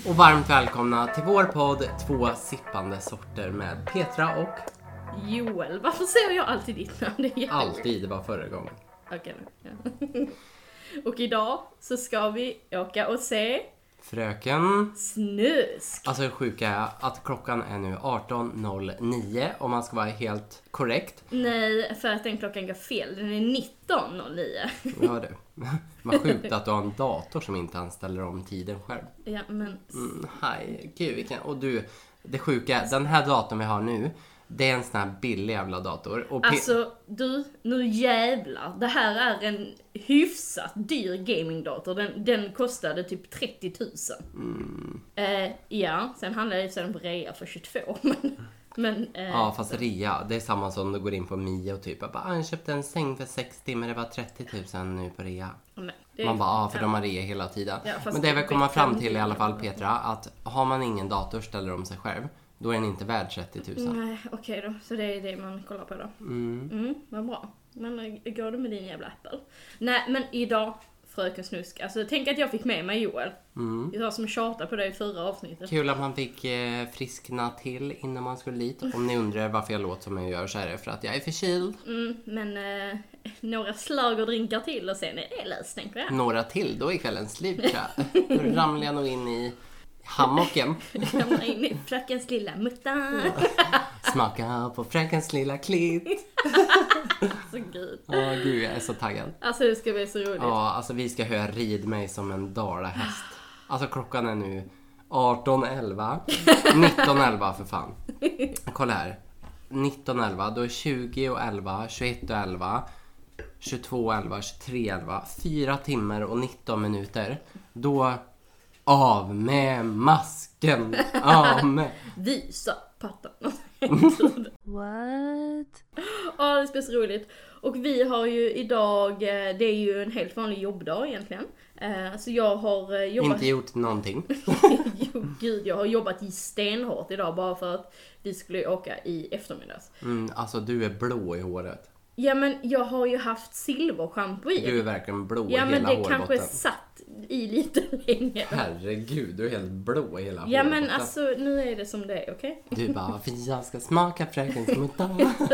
Och varmt välkomna till vår podd Två sippande sorter med Petra och Joel. Varför säger jag alltid ditt namn? Det är alltid, det var förra gången. Okej. Ja. Och idag så ska vi åka och se Fröken Snusk. Alltså det sjuka är att klockan är nu 18.09 om man ska vara helt korrekt. Nej, för att den klockan går fel. Den är 19.09. Ja du. Vad sjukt att du har en dator som inte ens ställer om tiden själv. Ja, men... Hej, gud vilken... Och du, det sjuka, den här datorn vi har nu, det är en sån här billig jävla dator. Och alltså, du, nu jävlar. Det här är en hyfsat dyr gamingdator. Den kostade typ 30 000. Ja, sen handlade jag den på rea för 22. Ja, fast rea, det är samma som du går in på Mio och typ. Jag köpte en säng för 60 men det var 30 000 nu på rea. Man bara, för de har rea hela tiden. Ja, men det vill komma fram till i alla fall, Petra, att har man ingen dator ställer om sig själv, då är den inte värd 30 000. Nej, okej då. Så det är det man kollar på då. Vad bra. Men går du med din jävla Apple? Nej, men idag, Fröken Snusk. Alltså, tänk att jag fick med mig Joel. Jag som tjatade på det i förra avsnittet. Kul att man fick friskna till innan man skulle dit. Om ni undrar varför jag låter som jag gör så är det för att jag är förkyld. Men några slagerdrinkar till och sen är det löst, tänker jag. Några till, då är kvällen slut. Då ramlar jag nog in i hammocken. Ramlar in i frökens lilla mutta. Smaka på frökens lilla klitt. Så gud. Gud, jag är så taggad. Alltså det ska bli så roligt. Ja, alltså vi ska höra rid mig som en dalahäst. Alltså klockan är nu 18.11. 19.11 för fan. Kolla här. 19.11, då är 20.11, 21.11, 22.11, 23.11. 4 timmar och 19 minuter. Då av med masken. Av med. Visa pattarna. What? Ja, det ska bli så roligt. Och vi har ju idag, det är ju en helt vanlig jobbdag egentligen. Så jag har jobbat... Inte gjort någonting. Jo, gud, jag har jobbat i stenhårt idag bara för att vi skulle åka i eftermiddags. Alltså du är blå i håret. Ja, men jag har ju haft silverschampo i. Du är verkligen blå i hela hårbotten. Ja, men det hårbotten. kanske satt i lite länge. Herregud, du är helt blå i hela hårbotten. Ja, men alltså, nu är det som det är, okej? Du bara, jag ska smaka frökens mutta.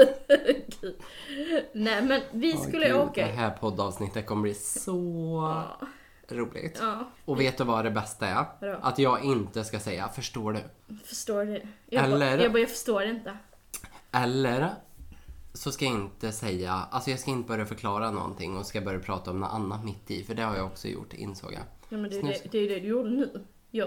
Nej, men vi skulle åka. Det här poddavsnittet kommer bli så roligt. Ja. Och vet du vad det bästa är? Ja. Att jag inte ska säga, förstår du? Förstår du? Jag förstår det inte. Eller så ska jag inte säga, alltså jag ska inte börja förklara någonting och ska börja prata om något annat mitt i, för det har jag också gjort, insåg jag. Ja, men det är ju det du gjorde nu.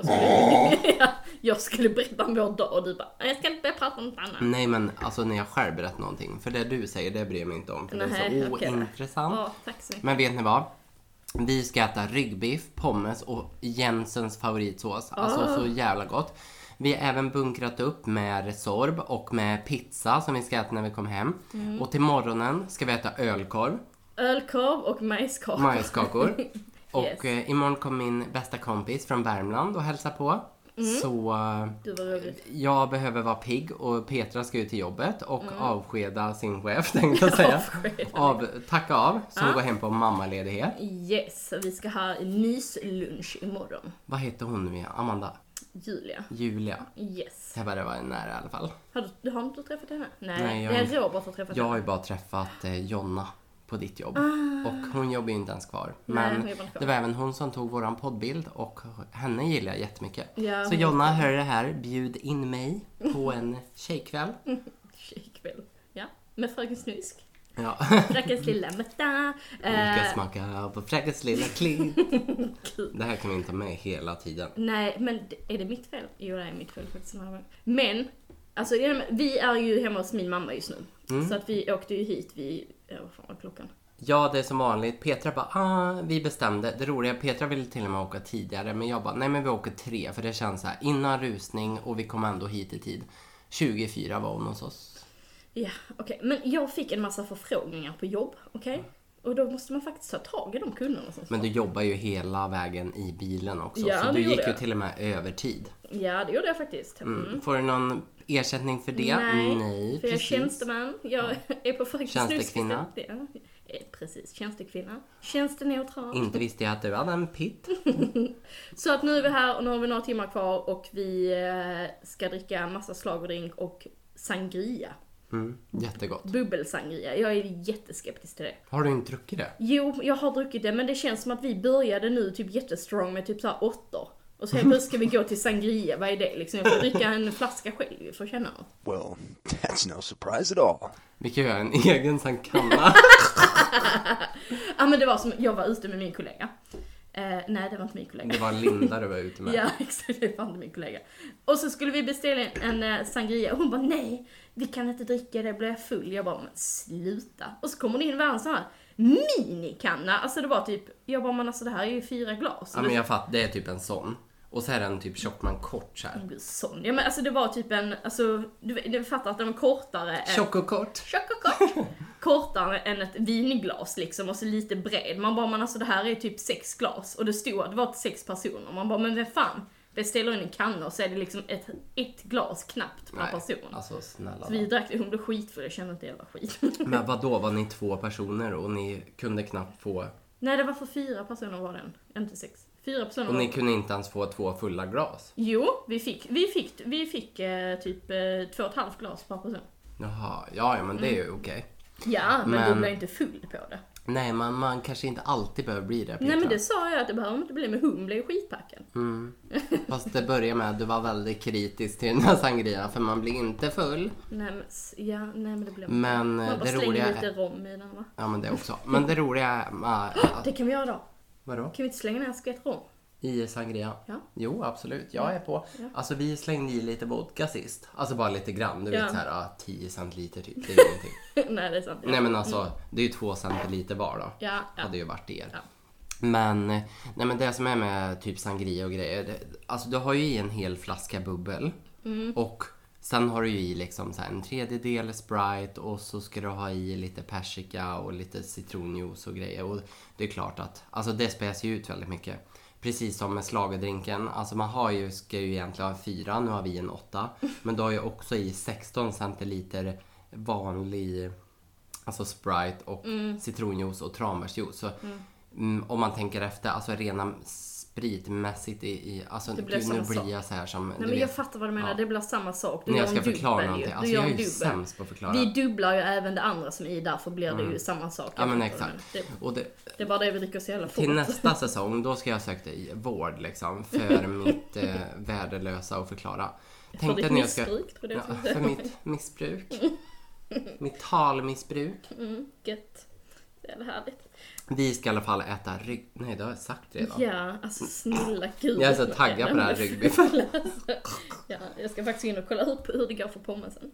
Jag skulle berätta om vår dag och du bara, jag ska inte prata om något annat. Nej, men alltså när jag själv berättar någonting, för det du säger, det bryr jag mig inte om, för det är så ointressant. Ja, tack så mycket. Men vet ni vad? Vi ska äta ryggbiff, pommes och Jensens favoritsås. Alltså så jävla gott. Vi har även bunkrat upp med Resorb och med pizza som vi ska äta när vi kommer hem. Och till morgonen ska vi äta ölkorv. Ölkorv och majskakor. Och imorgon kommer min bästa kompis från Värmland och hälsa på. Så jag behöver vara pigg och Petra ska ut till jobbet och avskeda sin chef, tänkte jag säga. Tacka av, så hon går hem på mammaledighet. Yes, vi ska ha en myslunch imorgon. Vad heter hon nu? Amanda? Julia. Yes. Det var nära i alla fall. Har du inte träffat henne? Nej, det är Robert som har träffat henne. Jag har ju bara träffat Jonna på ditt jobb. Och hon jobbar ju inte ens kvar. Men det var även hon som tog våran poddbild och henne gillar jag jättemycket. Ja, så Jonna, hör det här, bjud in mig på en tjejkväll. Tjejkväll, ja. Med Fröken Snusk. Ja. Frökens lilla mutta. Ska smaka på frökens lilla klitt. Det här kan vi inte ta med hela tiden. Nej, men är det mitt fel? Jo, det är mitt fel faktiskt. Men, alltså vi är ju hemma hos min mamma just nu. Så att vi åkte ju hit vad fan var klockan? Ja, det är som vanligt. Petra bara, vi bestämde. Det roliga, Petra ville till och med åka tidigare. Men jag bara, nej men vi åker 3. För det känns så här, innan rusning och vi kom ändå hit i tid. 24 var hon hos oss. Ja, okej. Men jag fick en massa förfrågningar på jobb, okej? Och då måste man faktiskt ta tag i de kunderna som Men du jobbar ju hela vägen i bilen också. Ja, så du gick ju till och med övertid. Ja, det gjorde jag faktiskt. Får du någon ersättning för det? Nej, för precis. jag är tjänsteman. Jag är på Tjänstekvinna? Precis, tjänstekvinna. Tjänsteneutral. Inte visste jag att du hade en pitt. Så att nu är vi här och nu har vi några timmar kvar och vi ska dricka en massa slagerdrink och sangria. Jättegott. Bubbelsangria. Jag är jätteskeptisk till det. Har du inte druckit det? Jo, jag har druckit det, men det känns som att vi började nu typ jättestrong med typ så här 8. Och så helt plötsligt ska vi gå till sangria. Vad är det liksom? Jag får dricka en flaska själv för att känna. Well, that's no surprise at all. Vi kan göra en egen sangkanna. Ja, men det var som, jag var ute med min kollega. Nej, det var inte min kollega. Det var Linda du var ute med. Ja, exakt, det var inte min kollega. Och så skulle vi beställa en sangria och hon bara, nej, vi kan inte dricka det, blir jag full. Jag bara, men sluta. Och så kommer det in en sån här minikanna. Alltså det var typ, jag bara, men alltså det här är ju 4 glas. Ja, men jag fattar, det är typ en sån. Och så är den typ tjock men kort så här. Sån. Ja, men alltså det var typ en, alltså du fattar att den var kortare än... Tjock och kort. Tjock och kort. Kortare än ett vinglas liksom och så lite bred. Man bara, men alltså det här är typ 6 glas. Och det var till 6 personer. Man bara, men vem fan beställer in en kanna och så är det liksom ett glas knappt per person. Alltså snälla. Så vi drack det, hon blev skitfull, jag kände inte det var skit. Men vadå, var ni 2 personer och ni kunde knappt få... Nej, det var för 4 personer var den, inte 6. 4 personer Och var... ni kunde inte ens få 2 fulla glas? Jo, vi fick typ 2,5 glas per person. Jaha, ja men det är ju okej. Ja, men du blev inte full på det. Nej, man kanske inte alltid behöver bli det, Petra. Nej, men det sa jag att det behöver inte bli, med hon blev skitpackad. Fast det börjar med att du var väldigt kritisk till den här sangria, för man blir inte full. Nej, men det blev Men man bara det slänger roliga lite rom i den, va? Ja, men det också. Men det roliga är... Det kan vi göra då. Vadå? Kan vi inte slänga ner en skvätt rom? I sangria? Ja. Jo, absolut. Jag är på. Ja. Alltså, vi slängde i lite vodka sist. Alltså bara lite grann. Du Ja. vet så här, 10 centiliter typ. Det är ingenting. Nej, det är sant. Ja. Nej, men alltså, det är ju 2 centiliter var då. Ja. Hade ju varit det. Ja. Men det som är med typ sangria och grejer. Alltså, du har ju i en hel flaska bubbel. Och sen har du ju i liksom så här en 1/3 Sprite och så ska du ha i lite persika och lite citronjuice och grejer. Och det är klart att alltså det späs ju ut väldigt mycket. Precis som med slagerdrinken. Alltså man ska ju egentligen ha 4, nu har vi en 8. Men du har ju också i 16 centiliter vanlig alltså Sprite och citronjuice och tranbärsjuice. Så om man tänker efter, alltså rena spritmässigt alltså Det blir nu samma blir jag så här som... Nej, men jag fattar vad du menar, det blir samma sak. Du När gör jag ska en dubbel förklara ju. någonting. Du Alltså gör jag är en ju dubbel. sämst på att förklara. Vi dubblar ju även det andra som är i, därför blir det ju samma sak. Ja, men Jag fattar exakt. vad du menar. Och Det är bara det vi dricker så jävla fort. till nästa säsong, då ska jag söka vård liksom, för mitt värdelösa att förklara. För ditt när jag ska... missbruk, tror jag Ja, det är. för mitt missbruk. Mitt talmissbruk. Gött. Det är härligt. Vi ska i alla fall äta rygg... Nej, det har jag sagt redan. Ja, alltså snälla gud. Jag är så taggad på det här ryggbiffen. Ja, jag ska faktiskt in och kolla hur det går för pommesen.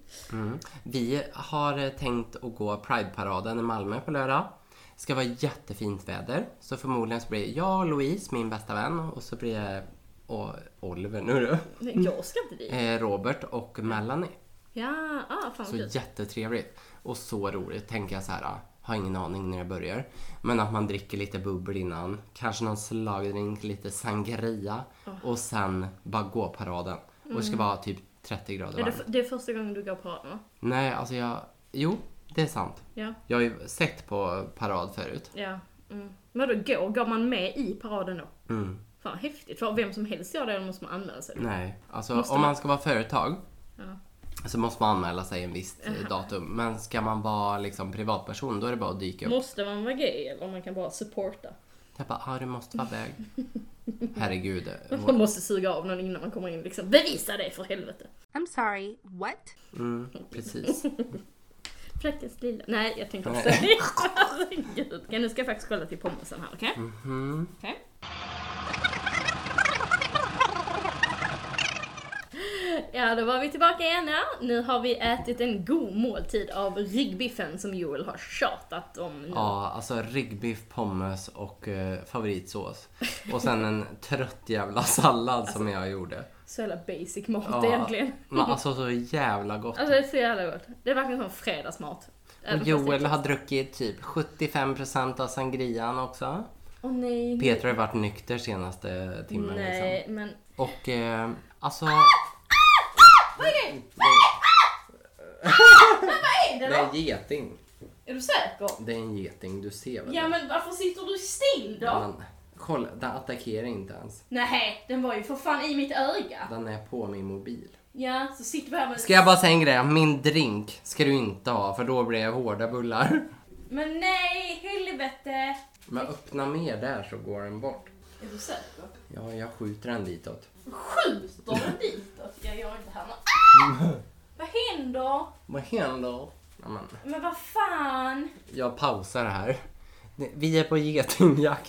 Vi har tänkt att gå Pride-paraden i Malmö på lördag. Det ska vara jättefint väder. Så förmodligen så blir jag och Louise, min bästa vän. Och så blir det Oliver nu då. Nej, jag ska inte dit. Robert och Melanie. Ja, fan Så vad kul. jättetrevligt. Och så roligt, tänker jag så här. Har ingen aning när det börjar. Men att man dricker lite bubbel innan. Kanske någon slagdrink, lite sangria. Och sen bara gå paraden. Och det ska vara typ 30 grader varmt. Det är första gången du går på paraden, va? Nej, alltså Jo, det är sant. Ja. Jag har ju sett på parad förut. Ja. Men då går man med i paraden då? Mm. Fan, häftigt. För vem som helst gör det, eller måste man anmäla sig? Nej, alltså Måste om man- man ska vara företag Ja. så måste man anmäla sig en viss datum. Men ska man vara liksom privatperson, då är det bara att dyka upp. Måste man vara gay, eller man kan bara supporta? Jag bara, du måste vara väg. Herregud. Man måste suga av någon innan man kommer in, liksom. Bevisa det för helvete. I'm sorry, what? Precis. Praktiskt lilla. Nej, jag tänkte inte säga. Herregud. Okej, nu ska jag faktiskt kolla till pommesen här, okej? Okej. Ja, då var vi tillbaka igen, ja. Nu har vi ätit en god måltid av ryggbiffen som Joel har tjatat om nu. Ja, alltså ryggbiff, pommes och favoritsås. Och sen en trött jävla sallad som jag gjorde. Så jävla basic mat egentligen. Men alltså så jävla gott. Alltså det är så jävla gott. Det är verkligen som fredagsmat. Och Joel har druckit typ 75% av sangrian också. Åh nej. Petra har varit nykter senaste timmen Nej, liksom. men... Och alltså... Vad är det? Det är geting. Är du säker? Det är en geting, du ser väl? Ja, men varför sitter du still då? Men, kolla, den attackerar inte ens. Nej, den var ju för fan i mitt öga. Den är på min mobil. Ja, så sitter vi här med... Ska jag bara säga en grej? Min drink ska du inte ha, för då blir det hårda bullar. Men nej, helvete. Men öppna mer där så går den bort. Är du säker? Ja, jag skjuter den ditåt. Skjuter den ditåt? Jag gör inte här. Vad händer? Vad händer? Ja, Men vad fan? jag pausar det här. Vi är på getingjakt.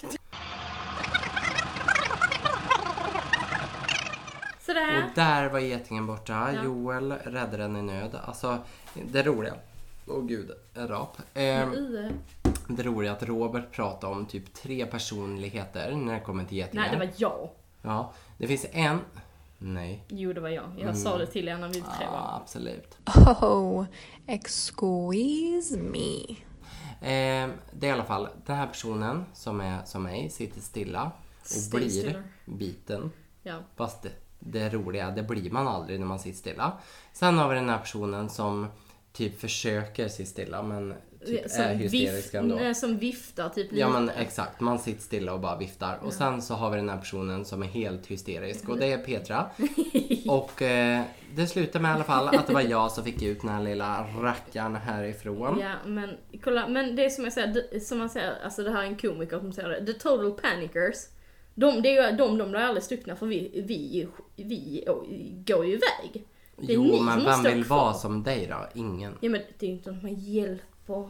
Sådär. Och där var getingen borta. Ja. Joel räddade den i nöd. Alltså, det roliga. Åh gud, en rap. Det roliga är att Robert pratade om typ 3 personligheter när det kommer till getingar. Nej, det var jag. Ja, det finns en... Nej. Jo, det var jag. Jag sa det till er när vi träffade. Ja, absolut. Oh, excuse me. Det är i alla fall den här personen som är som mig, sitter stilla och Stay blir stiller. biten. Ja. Fast det roliga, det blir man aldrig när man sitter stilla. Sen har vi den här personen som typ försöker sitta stilla men typ är hysterisk ändå. Som viftar typ lite. Ja men exakt, man sitter stilla och bara viftar. Och sen så har vi den här personen som är helt hysterisk och det är Petra. Och det slutar med i alla fall att det var jag som fick ut den här lilla rackaren härifrån. Ja, men kolla, men det är som man säger, alltså det här är en komiker som säger det. The total panicers. De blir aldrig stuckna för vi går ju iväg. Det är ni Jo, men som vem står vill kvar. vara som dig då? Ingen. Ja, men det är ju inte att man hjälper.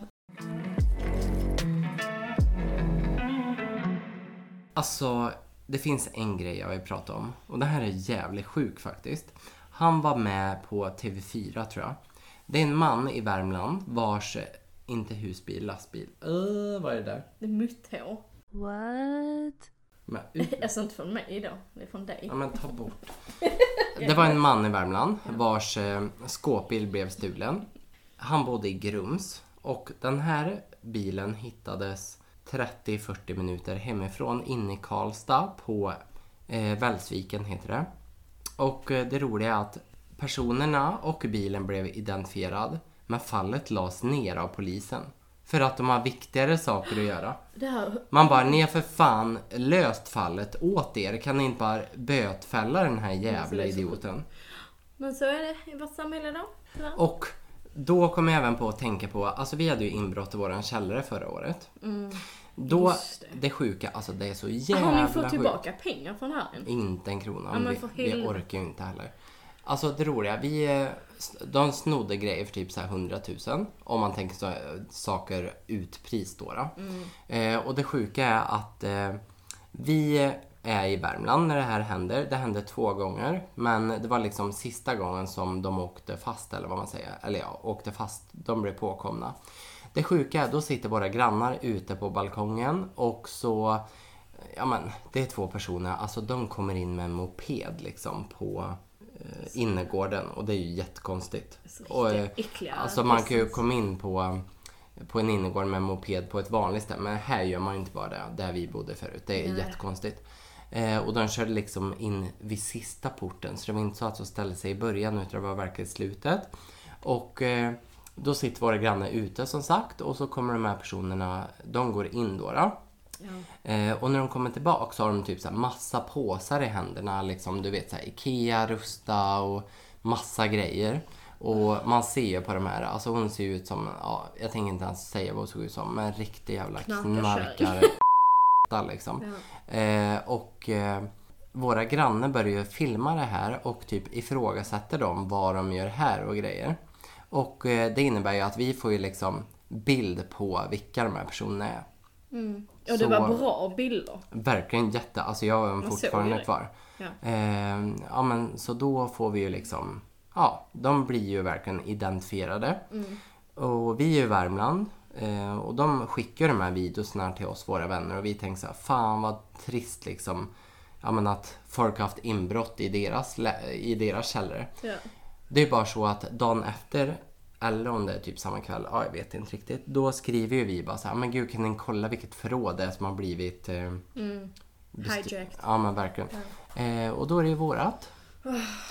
Alltså, det finns en grej jag vill prata om. Och det här är jävligt sjuk faktiskt. Han var med på TV4 tror jag. Det är en man i Värmland vars, inte husbil, lastbil. Vad är det där? Det är mutthår. What? Men, Alltså inte från mig då, det är från dig. ja men ta bort. Det var en man i Värmland vars skåpbil blev stulen. Han bodde i Grums. Och den här bilen hittades 30-40 minuter hemifrån inne i Karlstad på Välsviken heter det. Och det roliga är att personerna och bilen blev identifierad. Men fallet lades ner av polisen. För att de har viktigare saker att göra. Det här, Man bara, ni har för fan löst fallet åt er. Kan ni inte bara bötfälla den här jävla idioten? men så är det i vårt samhälle då. Tyvärr. Och då kom jag även på att tänka på, alltså vi hade ju inbrott i våran källare förra året. Då, Just det sjuka, alltså det är så jävla Har ni fått sjukt. tillbaka pengar från här än? Inte en krona, Ja, men för vi helvete. orkar ju inte heller. Alltså det roliga, de snodde grejer för typ så här 100 000. Om man tänker så saker utpris då. Och det sjuka är att vi är i Värmland när det här händer. Det hände 2 gånger. Men det var liksom sista gången som de åkte fast, eller vad man säger. Eller ja, åkte fast. De blev påkomna. Det sjuka är, då sitter våra grannar ute på balkongen. Och så, ja men, det är 2 personer. Alltså de kommer in med en moped liksom på innergården. Och det är ju jättekonstigt. Så Och, riktigt äckliga. alltså man kan ju komma in på en innergård med en moped på ett vanligt ställe. Men här gör man ju inte bara det, där vi bodde förut. Det är Nej. jättekonstigt. Och de körde liksom in vid sista porten. Så det var inte så att de ställde sig i början, utan det var verkligen slutet. Och då sitter våra grannar ute som sagt. Och så kommer de här personerna, de går in då. Ja. Och när de kommer tillbaka så har de typ så här massa påsar i händerna. Liksom, du vet så här, Ikea, Rusta och massa grejer. Och man ser ju på de här, alltså hon ser ut som, ja, jag tänker inte ens säga vad hon såg ut som, men riktig jävla knarkare liksom. Ja. Och våra grannar börjar ju filma det här och typ ifrågasätter dem vad de gör här och grejer. Och det innebär ju att vi får ju liksom bild på vilka de här personerna är. Och det var bra bilder. Verkligen alltså jag har Man fortfarande såg det. kvar. Ja. Ja men så då får vi ju liksom, ja de blir ju verkligen identifierade. Och vi är ju i Värmland. Och de skickar de här videorna till oss, våra vänner. Och vi tänker så här, fan vad trist liksom. Ja men att folk har haft inbrott i deras källare. Ja. Det är bara så att dagen efter, eller om det är typ samma kväll, ja jag vet inte riktigt. Då skriver ju vi bara så här, men gud kan ni kolla vilket förråd det är som har blivit Hijacked. Ja men verkligen. Och då är det ju vårat.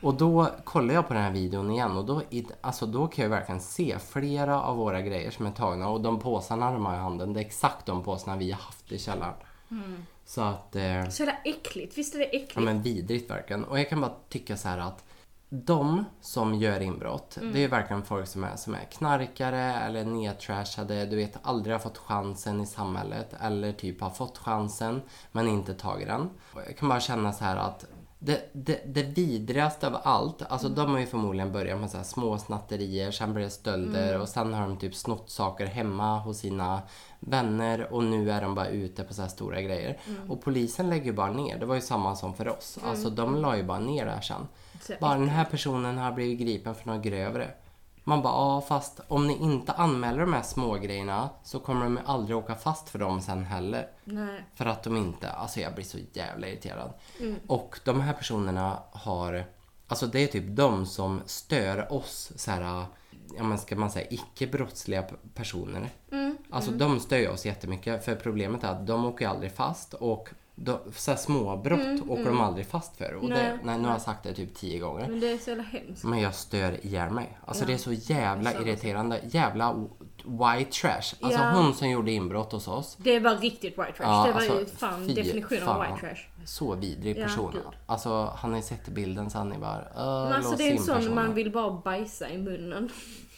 Och då kollar jag på den här videon igen och då kan jag verkligen se flera av våra grejer som är tagna. Och de påsarna de har i handen, det är exakt de påsarna vi har haft i källaren. Så att... Så är det äckligt, visst är det äckligt? Ja, men vidrigt verkligen. Och jag kan bara tycka så här att de som gör inbrott, det är verkligen folk som är knarkare eller nedtrashade, du vet, aldrig har fått chansen i samhället eller typ har fått chansen men inte tagit den. Och jag kan bara känna så här att det vidrigaste av allt, alltså de har ju förmodligen börjat med så här små snatterier, sen blir det stölder och sen har de typ snott saker hemma hos sina vänner och nu är de bara ute på så här stora grejer. Och polisen lägger ju bara ner, det var ju samma som för oss. Alltså de la ju bara ner det här sen. Bara den här personen har blivit gripen för något grövre. Man bara, fast om ni inte anmäler de här små grejerna så kommer de aldrig åka fast för dem sen heller. Nej. För att de inte, alltså jag blir så jävla irriterad. Och de här personerna har, alltså det är typ de som stör oss så här, ja men ska man säga icke-brottsliga personer. Alltså de stör oss jättemycket, för problemet är att de åker aldrig fast och så här små brott åker de aldrig fast för. Och nu har jag sagt det typ 10 gånger. Men det är så jävla hemskt. Men jag stör ihjäl mig. Alltså det är så jävla irriterande. Jävla white trash. Alltså hon som gjorde inbrott hos oss. Det var riktigt white trash. Ja, det var alltså, ju fan definitionen av white trash. Så vidrig person. Gud. Alltså han har ju sett bilden så han är bara... Men alltså det är en sån man vill bara bajsa i munnen.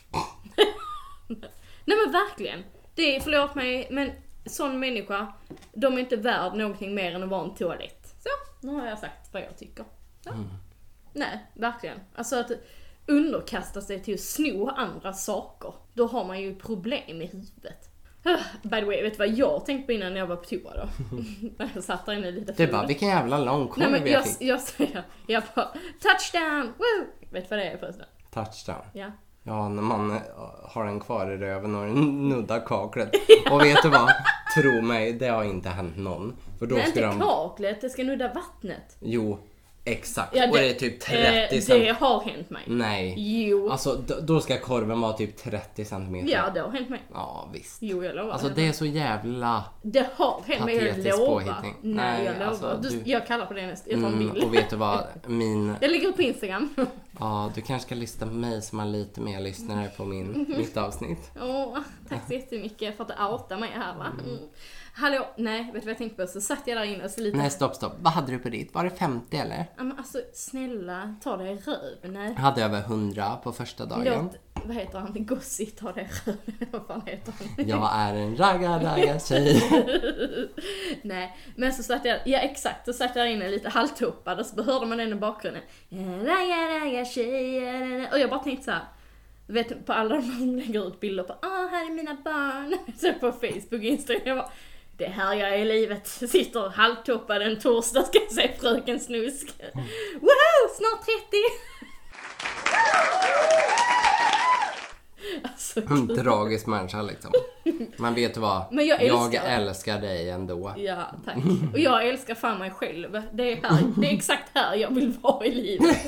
Nej men verkligen. Det är, förlåt mig, men sån människa, de är inte värd någonting mer än att vara en toalett. Så, nu har jag sagt vad jag tycker. Ja. Nej, verkligen. Alltså att underkasta sig till att sno andra saker, då har man ju problem i huvudet. By the way, vet du vad jag tänkte på innan jag var på toa då? Jag satt där inne lite Det är bara, vilken jävla lång korv jag fick. Jag säger, jag bara, touchdown! Woo! Vet du vad det är förresten? Touchdown. Ja. Ja, när man har den kvar i röven och den nuddar kaklet. Och vet du vad? Tro mig, det har inte hänt någon. För då Det är ska inte kaklet, det ska nudda vattnet. Jo, exakt. Ja, och det är typ 30 cm. Det har hänt mig. Nej. Jo. Alltså, då ska korven vara typ 30 cm. Ja, det har hänt mig. Ja, visst. Jo, jag lovar. Alltså, det är så jävla... Det har hänt mig, jag patetisk lovar. påhittning. Nej, jag lovar. alltså, Jag kallar på det nästa. Jag tar en bild. Och vet du vad? Jag lägger upp på Instagram. Ja, du kanske ska lyssna på mig som har lite mer lyssnare på mitt avsnitt. Tack så jättemycket för att du outar mig här, va? Hallå, nej, vet du vad jag tänkte på? Så satt jag där inne och så lite... Nej, stopp. Vad hade du på ditt? Var det 50 eller? Ja, men alltså, snälla, ta dig i röven. Nej. Jag hade över 100 på första dagen. Vad heter han? Gossi, ta dig i röven. Vad fan heter han? Jag är en ragga-tjej. Nej, men så satt jag... Ja, exakt. Så satt jag där inne lite halvtoppad och så hörde man den i bakgrunden. Ragga-tjej. Och jag bara tänkte så här... Du vet, på alla de som lägger ut bilder på här är mina barn. Så på Facebook och Instagram. Jag bara, det är här jag är i livet. Sitter halvtoppad en torsdag, ska jag se Fröken Snusk. Woho! Snart 30! Alltså, En tragisk människa liksom. Men vet du vad? Men jag älskar dig ändå. Ja, tack. Och jag älskar fan mig själv. Det är exakt här jag vill vara i livet.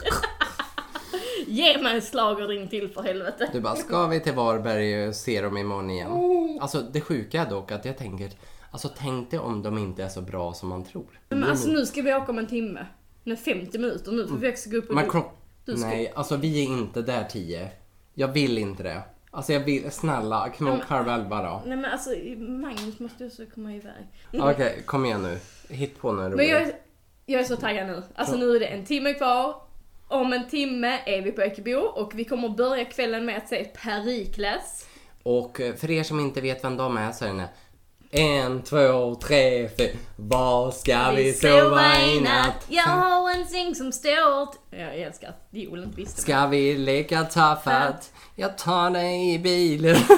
Ge mig en slagerdring till för helvete. Du bara, ska vi till Varberg och se dem imorgon igen? Alltså det sjuka är dock att jag tänker, alltså tänk dig om de inte är så bra som man tror. Men alltså nu ska vi åka om en timme. Nu 50 minuter nu för vi också gå upp och Nej, alltså vi är inte där 10. Jag vill inte det. Alltså jag vill, snälla, kan man halv 11 då? Nej men alltså, Magnus måste ju också komma iväg. Okej, kom igen nu. Hitt på nu. Men jag är så taggad nu. Alltså nu är det en timme kvar. Om en timme är vi på Ekebo och vi kommer börja kvällen med att se Perikles. Och för er som inte vet vem de är så är det 1, 2, 3, 4. Var ska vi sova i natt? Jag har en säng som stort. Jag älskar att Joel inte visste. Ska vi leka taffat? Jag tar dig i bilen. Då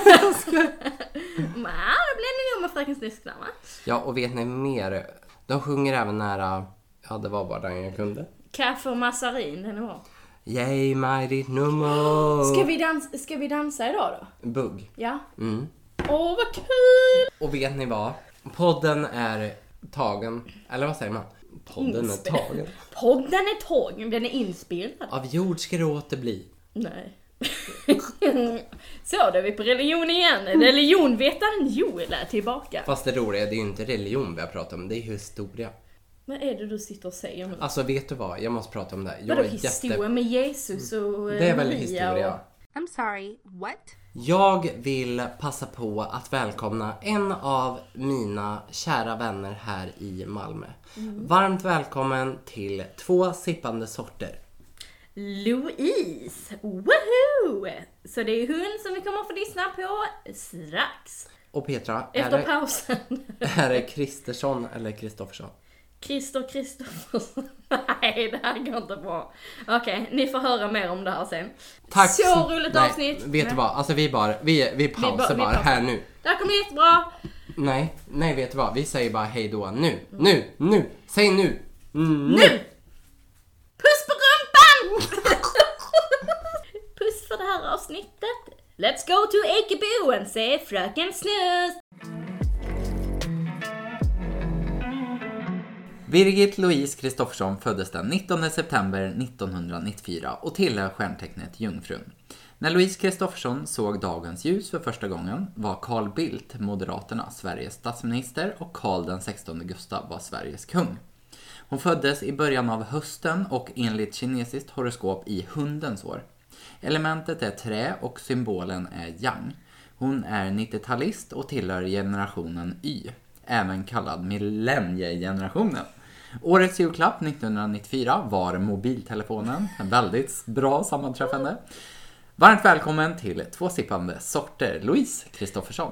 blir det nog med Fröken Snusk där, va? Ja, och vet ni mer? De sjunger även nära... Ja, det var bara den jag kunde. Kaffe och massarin, den är bra. Ge mig ditt nummer. Ska vi dansa idag då? Bugg. Ja. Mm. Åh, vad kul! Och vet ni vad? Podden är tagen. Eller vad säger man? Podden är tagen. Podden är tagen, den är inspelad. Av jord ska det åter bli. Nej. Så, då är vi på religion igen. Religionvetaren Joel är tillbaka. Fast det roliga, det är ju inte religion vi har pratat om. Det är historia. Vad är det du sitter och säger nu? Alltså vet du vad? Jag måste prata om det. Vadå historia med Jesus och Det är väl Maria historia. och... I'm sorry, what? Jag vill passa på att välkomna en av mina kära vänner här i Malmö. Varmt välkommen till 2 sippande sorter. Louise! Woohoo! Så det är hon som vi kommer att få lyssna på strax. Och Petra, Efter pausen. är det Kristersson eller Kristoffersson? Kristoffersson. Nej, det här går inte bra. Okej, ni får höra mer om det här sen. Tack. Så roligt Nej, avsnitt. Vet du vad? Alltså vi pausar vi bara pausar. här nu. Det här kommer jättebra. Nej, vet du vad? Vi säger bara hej då nu. Säg nu. Nu! Puss på rumpan! Puss för det här avsnittet. Let's go to Ekebo and se Fröken Snus. Birgit Louise Kristoffersson föddes den 19 september 1994 och tillhör stjärntecknet Jungfrun. När Louise Kristoffersson såg dagens ljus för första gången var Carl Bildt, Moderaterna, Sveriges statsminister och Carl den 16 Gustav var Sveriges kung. Hon föddes i början av hösten och enligt kinesiskt horoskop i hundens år. Elementet är trä och symbolen är yang. Hon är 90-talist och tillhör generationen Y, även kallad millenniegenerationen. Årets julklapp 1994 var mobiltelefonen. En väldigt bra sammanträffande. Varmt välkommen till 2 sippande sorter, Louise Kristoffersson.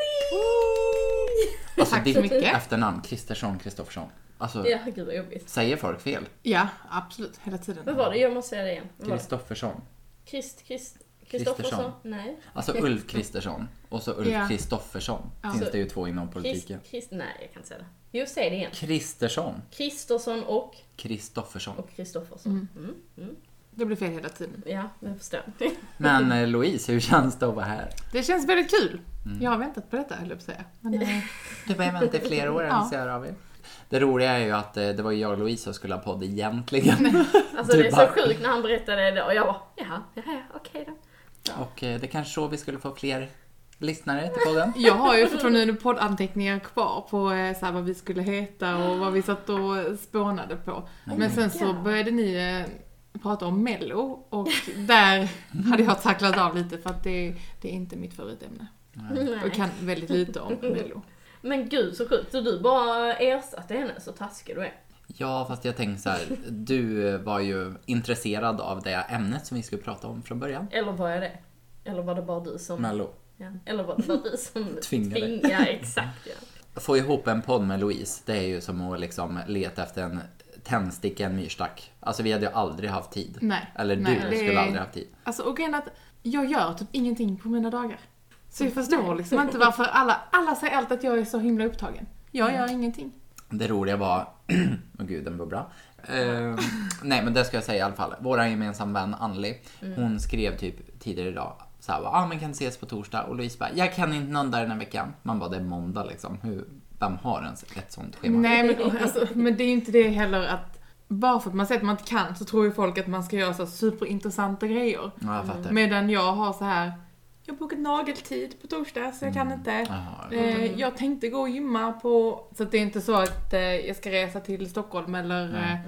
Alltså, Tack så mycket. Efternamn, Kristoffersson. Alltså, Ja, gud vad jobbigt. säger folk fel? Ja, absolut. Hela tiden. Vad var det? Jag måste säga det igen. Vad var det? Kristoffersson. Kristoffersson? Nej. Alltså Ulf Kristersson och så Ulf Ja. Kristoffersson. Ja. Finns det ju 2 inom politiken. Nej, jag kan inte säga det. Jo, säg det igen. Kristersson. Kristersson och Kristoffersson. Kristoffersson. Det blir fel hela tiden. Ja, jag förstår. Men Louise, hur känns det att vara här? Det känns väldigt kul. Jag har väntat på detta, höll jag på att säga. Men, Du var vänta i flera år Ja. än ser av er. Det roliga är ju att det var jag och Louise som skulle ha podd egentligen. Alltså Du det är bara- så sjukt när han berättade det och jag bara, ja, okej då. Och det kanske så vi skulle få fler lyssnare till podden. jag har ju fortfarande poddanteckningar kvar på så här, vad vi skulle heta och vad vi satt och spånade på. Men sen så började ni prata om Mello och där hade jag tacklat av lite för att det är inte mitt favoritämne. Jag kan väldigt lite om Mello. Men gud så sjukt, så du bara ersatte henne, så taskig du är. Ja, fast jag tänkte så här, du var ju intresserad av det ämnet som vi skulle prata om från början. Eller var jag det? Eller var det bara du som... Mello. Ja. Eller var det bara du som Tvingade. Ja, exakt ja. Få ihop en podd med Louise, det är ju som att liksom leta efter en tändsticka, en myrstack. Alltså vi hade ju aldrig haft tid. Nej. Eller du Nej, det- skulle aldrig haft tid. Alltså och grejen är att jag gör typ ingenting på mina dagar. Så jag förstår liksom inte varför alla säger allt att jag är så himla upptagen. Jag gör ingenting. Det roliga var... Åh gud, den var bra. Nej, men det ska jag säga i alla fall. Våra gemensamma vän Anneli, hon skrev typ tidigare idag så här, men kan ses på torsdag. Och Louise bara, jag kan inte någon där den här veckan. Man bara, det är måndag liksom. Vem har ens ett sånt schema? Nej, men det är ju inte det heller att bara för att man säger att man inte kan så tror ju folk att man ska göra så här superintressanta grejer. Ja, jag fattar. Medan jag har så här, jag har bokat nageltid på torsdag så jag kan inte. Jaha, Jag tänkte gå och gymma på, så att det är inte så att jag ska resa till Stockholm eller...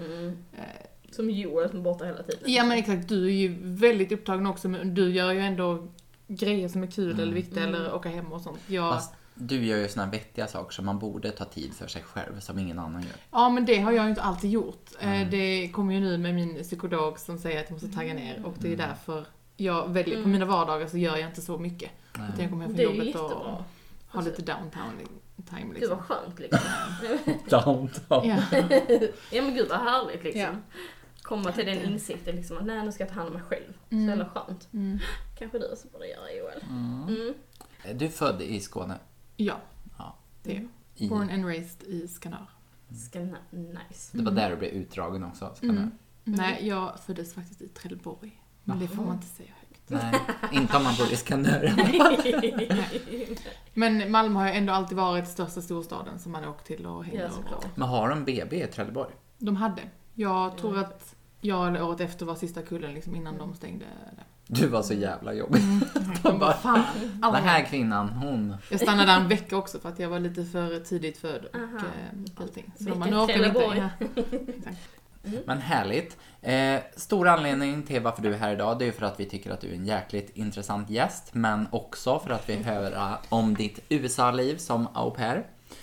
Som Joel som är borta hela tiden. Ja men exakt, du är ju väldigt upptagen också, men du gör ju ändå grejer som är kul eller viktiga eller åka hem och sånt. Fast du gör ju såna här vettiga saker som man borde ta tid för sig själv som ingen annan gör. Ja men det har jag ju inte alltid gjort. Det kommer ju nu med min psykolog som säger att jag måste tagga ner och det är därför jag väljer, på mina vardagar så gör jag inte så mycket. Utan jag kommer hem Det från är ju jobbet och jättebra. ha lite downtown time Gud liksom. vad skönt liksom. Downtown. Ja. Ja men gud vad härligt liksom. Ja. Komma till den insikten liksom att nej nu ska jag ta hand om mig själv. Så jävla skönt. Kanske du också borde göra Joel. Du är född i Skåne. Ja, Ja. det är I, born and raised i Skanör. Nice. det var där du blev utdragen också. Ska nu. Nej, jag föddes faktiskt i Trelleborg. Men det får man inte säga högt. Nej, inte om man bor i Skandinavien. Men Malmö har ju ändå alltid varit största storstaden som man åkt till och hänger. Ja såklart. Men har de BB i Trelleborg? De hade. Jag tror att jag eller året efter var sista kullen liksom innan de stängde det. Du var så jävla jobbig. De bara, fan. Den här kvinnan, hon... Jag stannade där en vecka också för att jag var lite för tidigt född och allting. Så de bara, nu orkar vi inte. Ja. Men härligt. Stor anledning till varför du är här idag, det är för att vi tycker att du är en jäkligt intressant gäst, men också för att vi hör om ditt USA-liv som au pair.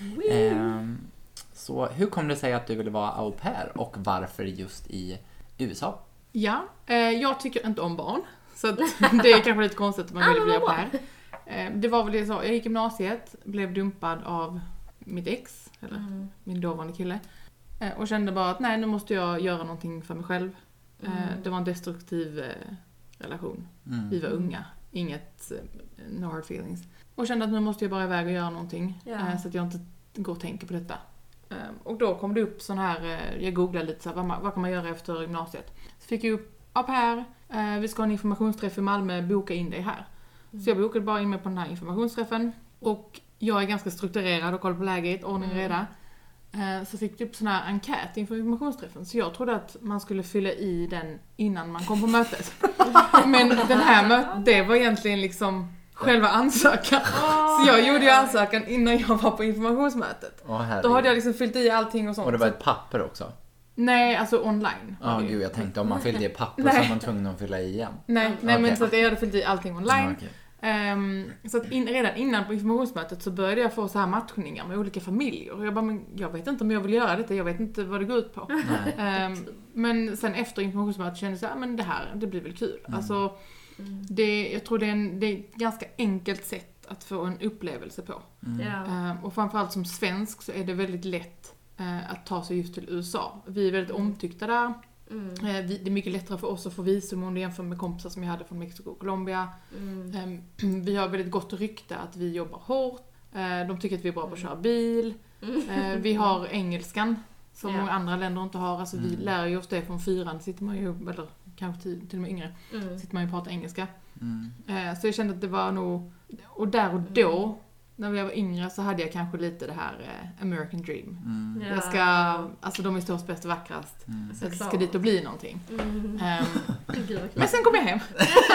Så hur kom det sig att du ville vara au pair och varför just i USA? Ja, jag tycker inte om barn. Så att det är kanske lite konstigt att man ville bli au pair. Det var väl det så, jag gick gymnasiet, blev dumpad av mitt ex, eller min dåvarande kille. Och kände bara att nej, nu måste jag göra någonting för mig själv. Det var en destruktiv relation. Vi var unga, inget no hard feelings. Och kände att nu måste jag bara iväg och göra någonting. Så att jag inte går och tänker på detta. Och då kom det upp sån här, jag googlade lite så här, vad kan man göra efter gymnasiet. Så fick jag upp au pair, vi ska ha en informationsträff i Malmö, boka in dig här. Så jag bokade bara in mig på den här informationsträffen. Och jag är ganska strukturerad och kollar på läget, ordning och reda. Så fick jag upp sån här enkät inför informationsträffen. Så jag trodde att man skulle fylla i den innan man kom på mötet. Men den här det var egentligen liksom själva ansökan. Så jag gjorde ju ansökan innan jag var på informationsmötet. Då hade jag liksom fyllt i allting och sånt. Och det var ett papper också? Nej, alltså online. Gud, jag tänkte om man fyllde i papper så var man tvungen att fylla i igen. Nej, men så att jag hade fyllt i allting online. Okay. Så att redan innan på informationsmötet så började jag få så här matchningar med olika familjer. Och jag bara, men jag vet inte om jag vill göra detta, jag vet inte vad det går ut på. Men sen efter informationsmötet kände jag så här, men det blir väl kul. Alltså, jag tror det är ett ganska enkelt sätt att få en upplevelse på. Och framförallt som svensk så är det väldigt lätt att ta sig just till USA. Vi är väldigt omtyckta där. Det är mycket lättare för oss att få visum om det jämför med kompisar som jag hade från Mexiko och Colombia. Vi har väldigt gott rykte att vi jobbar hårt. De tycker att vi är bra på att köra bil. Vi har engelskan som många andra länder inte har. Alltså vi lär ju oss det från 4:an, sitter man ju, eller kanske till och med yngre, sitter man ju och pratar engelska. Så jag kände att det var nog, och där och då när jag var yngre så hade jag kanske lite det här American Dream. Jag ska, alltså de är störst, bäst och vackrast. Så jag ska dit och bli någonting. Men sen kom jag hem.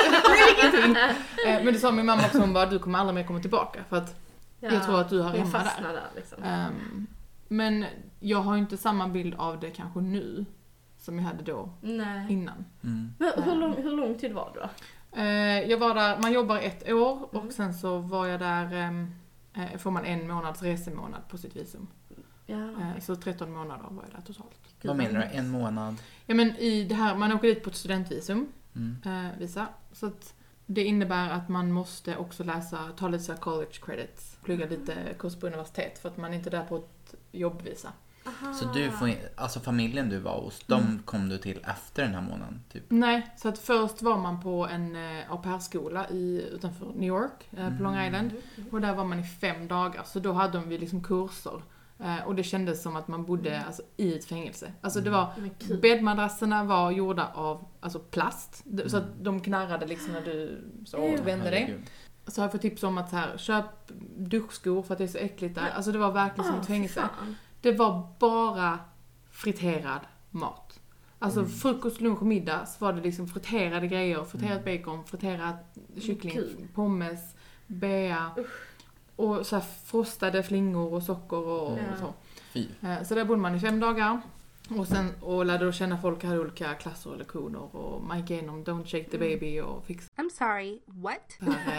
Men det sa min mamma också, hon bara, du kommer aldrig mer komma tillbaka. För att jag tror att du har hemma där. Liksom. Men jag har ju inte samma bild av det kanske nu som jag hade då innan. Men hur lång tid var du då? Jag var där, man jobbar 1 år och sen så var jag där, får man 1 månads resemånad på sitt visum. Så 13 månader var jag där totalt. Vad menar du? 1 månad? Ja, men i det här, man åker dit på ett studentvisum, visa. Så att det innebär att man måste också ta lite så college credits, plugga lite kurs på universitet för att man inte är där på ett jobbvisa. Så du får, alltså familjen du var hos, de kom du till efter den här månaden? Typ. Nej, så att först var man på en au pair-skola utanför New York, på Long Island. Och där var man i 5 dagar, så då hade vi liksom kurser. Och det kändes som att man bodde alltså, i ett fängelse. Alltså det var, bäddmadrasserna var gjorda av alltså, plast. Så att de knarrade liksom när du vände dig. Så har jag fått tips om att så här, köp duschskor för att det är så äckligt där. Alltså det var verkligen som ett fängelse. Det var bara friterad mat. Alltså frukost, lunch och middag så var det liksom friterade grejer. Friterat bacon, friterad kyckling, pommes, bea. Och så här frostade flingor och socker och så. Så där bodde man i 5 dagar. Och lärde då känna folk, hade olika klasser och lektioner. Och man gick igenom Don't Shake the Baby och fixa. I'm sorry, what?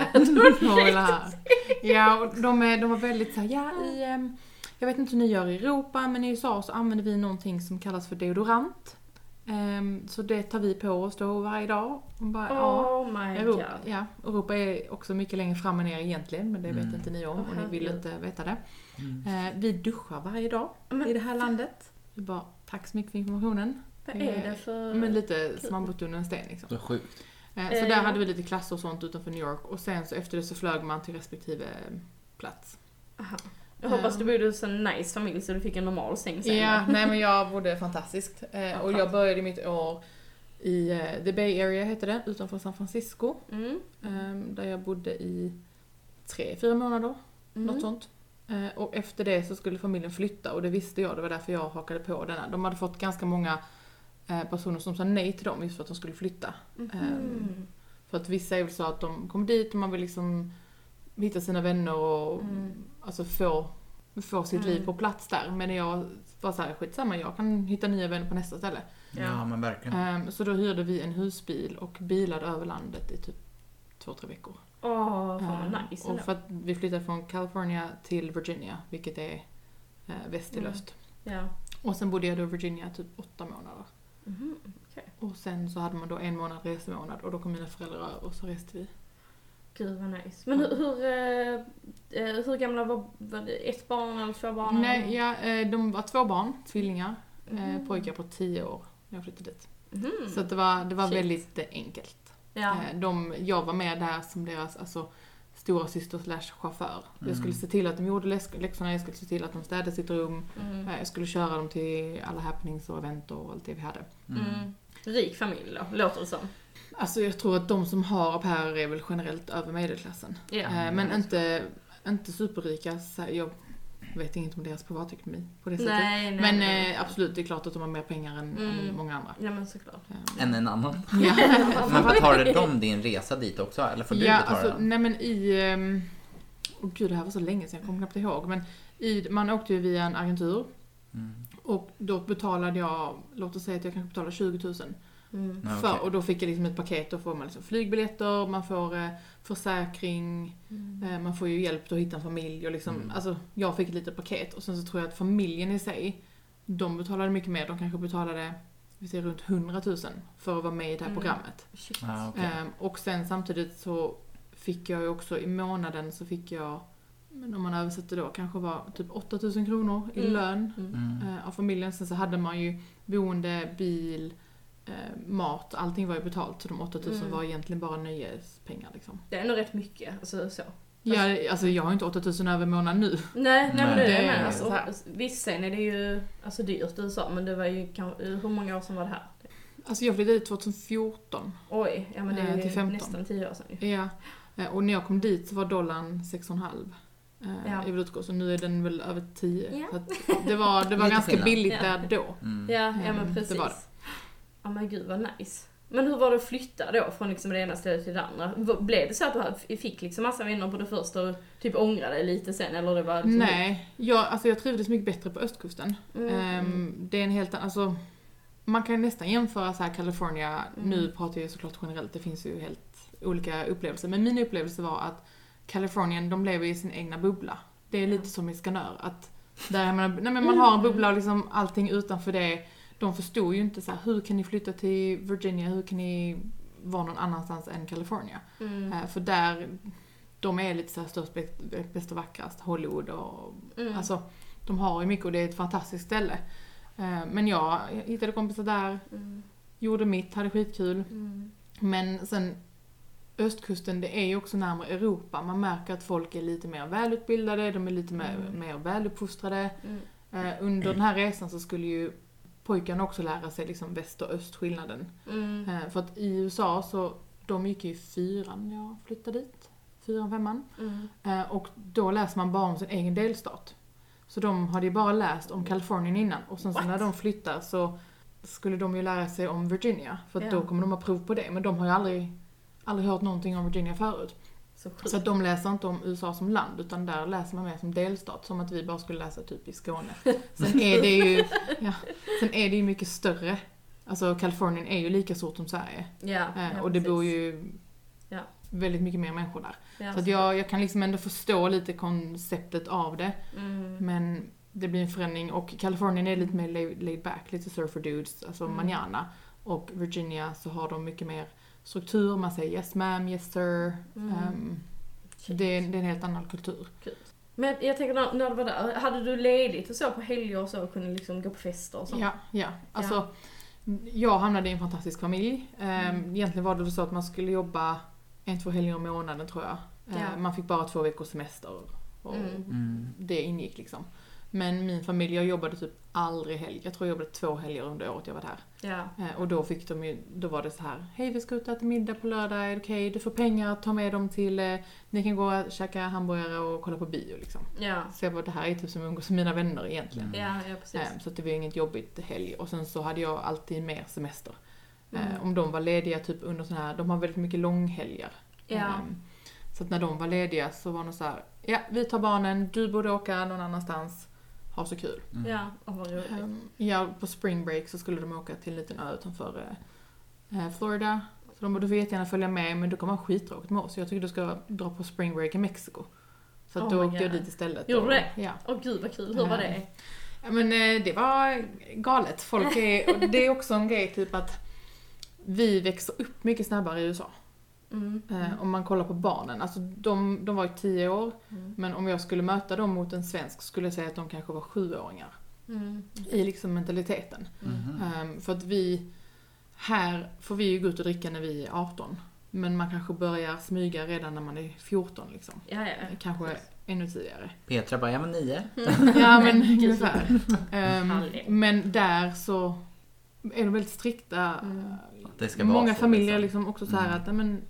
Ja, och de var väldigt så här, jag vet inte hur ni gör i Europa, men i USA så använder vi någonting som kallas för deodorant. Så det tar vi på oss då varje dag. Oh my god. Ja, Europa är också mycket längre fram än er egentligen, men det vet inte ni om och ni vill inte veta det. Vi duschar varje dag i det här landet. Vi bara, tack så mycket för informationen. Vad är det för... Men lite som man bott under en sten liksom. Det är sjukt. Så där hade vi lite klasser och sånt utanför New York. Och sen så efter det så flög man till respektive plats. Aha. Jag hoppas du bodde hos en nice familj så du fick en normal säng sen. Ja, nej men jag bodde fantastiskt. Och jag började mitt år i The Bay Area heter det, utanför San Francisco. Där jag bodde i 3-4 månader, något sånt. Och efter det så skulle familjen flytta och det visste jag, det var därför jag hakade på denna. De hade fått ganska många personer som sa nej till dem just för att de skulle flytta. För att vissa är väl så att de kommer dit och man vill liksom hitta sina vänner och alltså få sitt liv på plats där. Men jag var så här, skitsamma, jag kan hitta nya vänner på nästa ställe. Ja, men verkligen. Så då hyrde vi en husbil och bilade över landet i typ 2-3 veckor. Fan vad nice. Och för att vi flyttade från California till Virginia, vilket är väst till öst. Ja. Och sen bodde jag då i Virginia typ 8 månader. Okay. Och sen så hade man då 1 månad resemånad och då kom mina föräldrar och så reste vi. Gud vad nice. Men hur gamla var det? 1 barn eller 2 barn? Nej, de var 2 barn, tvillingar. Pojkar på 10 år när jag flyttade dit. Så att det var väldigt enkelt. Ja. Jag var med där som deras stora syster / chaufför. Jag skulle se till att de gjorde läxorna, jag skulle se till att de städade sitt rum. Jag skulle köra dem till alla happenings och event och allt det vi hade. Rik familj då, låter det som. Alltså jag tror att de som har au pair är väl generellt över medelklassen. Men inte superrika. Jag vet inte om deras privatekonomi på det sättet. Nej, absolut, det är klart att de har mer pengar än många andra. Ja, men såklart. Än en annan. Ja. Men betalade de din resa dit också? Eller får du betala den? Nej men gud, det här var så länge sedan, jag kommer knappt ihåg. Men man åkte ju via en agentur. Och då betalade jag, låt oss säga att jag kanske betalade 20 000. Och då fick jag liksom ett paket, då får man liksom flygbiljetter, man får försäkring, man får ju hjälp att hitta en familj och liksom, alltså jag fick ett litet paket och sen så tror jag att familjen i sig, de betalade mycket mer, de kanske betalade runt 100 000 för att vara med i det här programmet. Och sen samtidigt så fick jag ju också i månaden så fick jag, men om man översätter då, kanske var typ 8 000 kronor i lön av familjen. Sen så hade man ju boende, bil, mat, allting var ju betalt. Så de 8 000 var egentligen bara nöjespengar liksom. Det är nog rätt mycket, alltså så. Ja, alltså jag har inte 8 000 över månaden nu. Nej men det är med. Alltså, visst sen är det ju alltså dyrt i USA, men det var ju hur många år sedan var det här? Alltså jag flyttade dit 2014. Oj, ja men det är till 15. Nästan 10 år sedan ju. Ja, och när jag kom dit så var dollarn 6,5 i valutskurs, så nu är den väl över 10. Ja. Så att det var ganska billigt där då. Ja, men precis. Det var det. Ja men gud vad nice. Men hur var det att flytta då från liksom det ena stället till det andra? Blev det så att du fick liksom massa vänner på det första och typ ångrade dig lite sen? Eller det var liksom... Nej, jag trivdes mycket bättre på östkusten. Det är en helt alltså man kan nästan jämföra så här California, nu pratar jag såklart generellt, det finns ju helt olika upplevelser. Men min upplevelse var att Kalifornien, de lever i sin egna bubbla. Det är lite som i Skanör, att där man har en bubbla och liksom allting utanför det. De förstod ju inte så här, hur kan ni flytta till Virginia, hur kan ni vara någon annanstans än California? För där, de är lite så här störst, bäst och vackrast, Hollywood och alltså, de har ju mycket och det är ett fantastiskt ställe. Men jag hittade kompisar där, gjorde mitt, hade skitkul. Men sen östkusten, det är ju också närmare Europa. Man märker att folk är lite mer välutbildade, de är lite mer väluppfostrade. Under den här resan så skulle ju pojkarna också lära sig liksom väst- och östskillnaden. För att i USA så, de gick ju i 4:an när jag flyttade dit. 4:an, 5:an. Och då läser man bara om sin egen delstat. Så de hade ju bara läst om Kalifornien innan. Och sen så när de flyttar så skulle de ju lära sig om Virginia. För att då kommer de ha prov på det. Men de har ju aldrig hört någonting om Virginia förut. Så att de läser inte om USA som land, utan där läser man mer som delstat. Som att vi bara skulle läsa typ i Skåne. Sen är det ju mycket större. Alltså Kalifornien är ju lika stort som Sverige. Och det bor ju väldigt mycket mer människor där. Så att jag kan liksom ändå förstå lite konceptet av det. Men det blir en förändring. Och Kalifornien är lite mer laid back, lite surfer dudes, alltså manana. Och Virginia så har de mycket mer struktur, man säger yes ma'am, yes sir. Det är en helt annan kultur. Men jag tänker när du var där, hade du ledigt och så på helger och så och kunde liksom gå på fester och så? Ja. Alltså, jag hamnade i en fantastisk familj. Egentligen var det så att man skulle jobba 1-2 helger om månaden tror jag. Man fick bara 2 veckors semester och det ingick liksom. Men min familj, jag jobbade typ aldrig helg. Jag tror jag jobbade 2 helger under året jag var där. Och då fick då var det så här: hej, vi ska ut och äta middag på lördag, är det okej? Du får pengar, ta med dem till, ni kan gå och käka hamburgare och kolla på bio liksom. Så jag bara, det här är typ som umgås med mina vänner egentligen. Ja, precis. Så att det var inget jobbigt helg. Och sen så hade jag alltid mer semester. Om de var lediga typ under sån här, de har väldigt mycket långhelger. Ja. Så att när de var lediga så var de så här: ja, vi tar barnen, du borde åka någon annanstans, ha så kul. Ja, vad roligt. Ja, på spring break så skulle de åka till en liten ö utanför Florida. Så de borde få jättegärna följa med, men då kommer man skittråkigt med oss. Jag tycker du ska dra på spring break i Mexiko. Så att då åkte jag dit istället. Gjorde du det? Ja. Gud vad kul, hur var det? Ja, men det var galet. Folk är, och det är också en grej typ att vi växer upp mycket snabbare i USA. Om man kollar på barnen. Alltså de var ju 10 år. Men om jag skulle möta dem mot en svensk skulle jag säga att de kanske var 7-åringar. I liksom mentaliteten. För att här får vi ju gå ut och dricka när vi är 18. Men man kanske börjar smyga redan när man är 14 liksom. Ja. Kanske ännu tidigare. Petra bara, jag var 9. Ja, men ungefär. Men där så är de väldigt strikta. Det ska vara Många så, familjer liksom. liksom också så här att men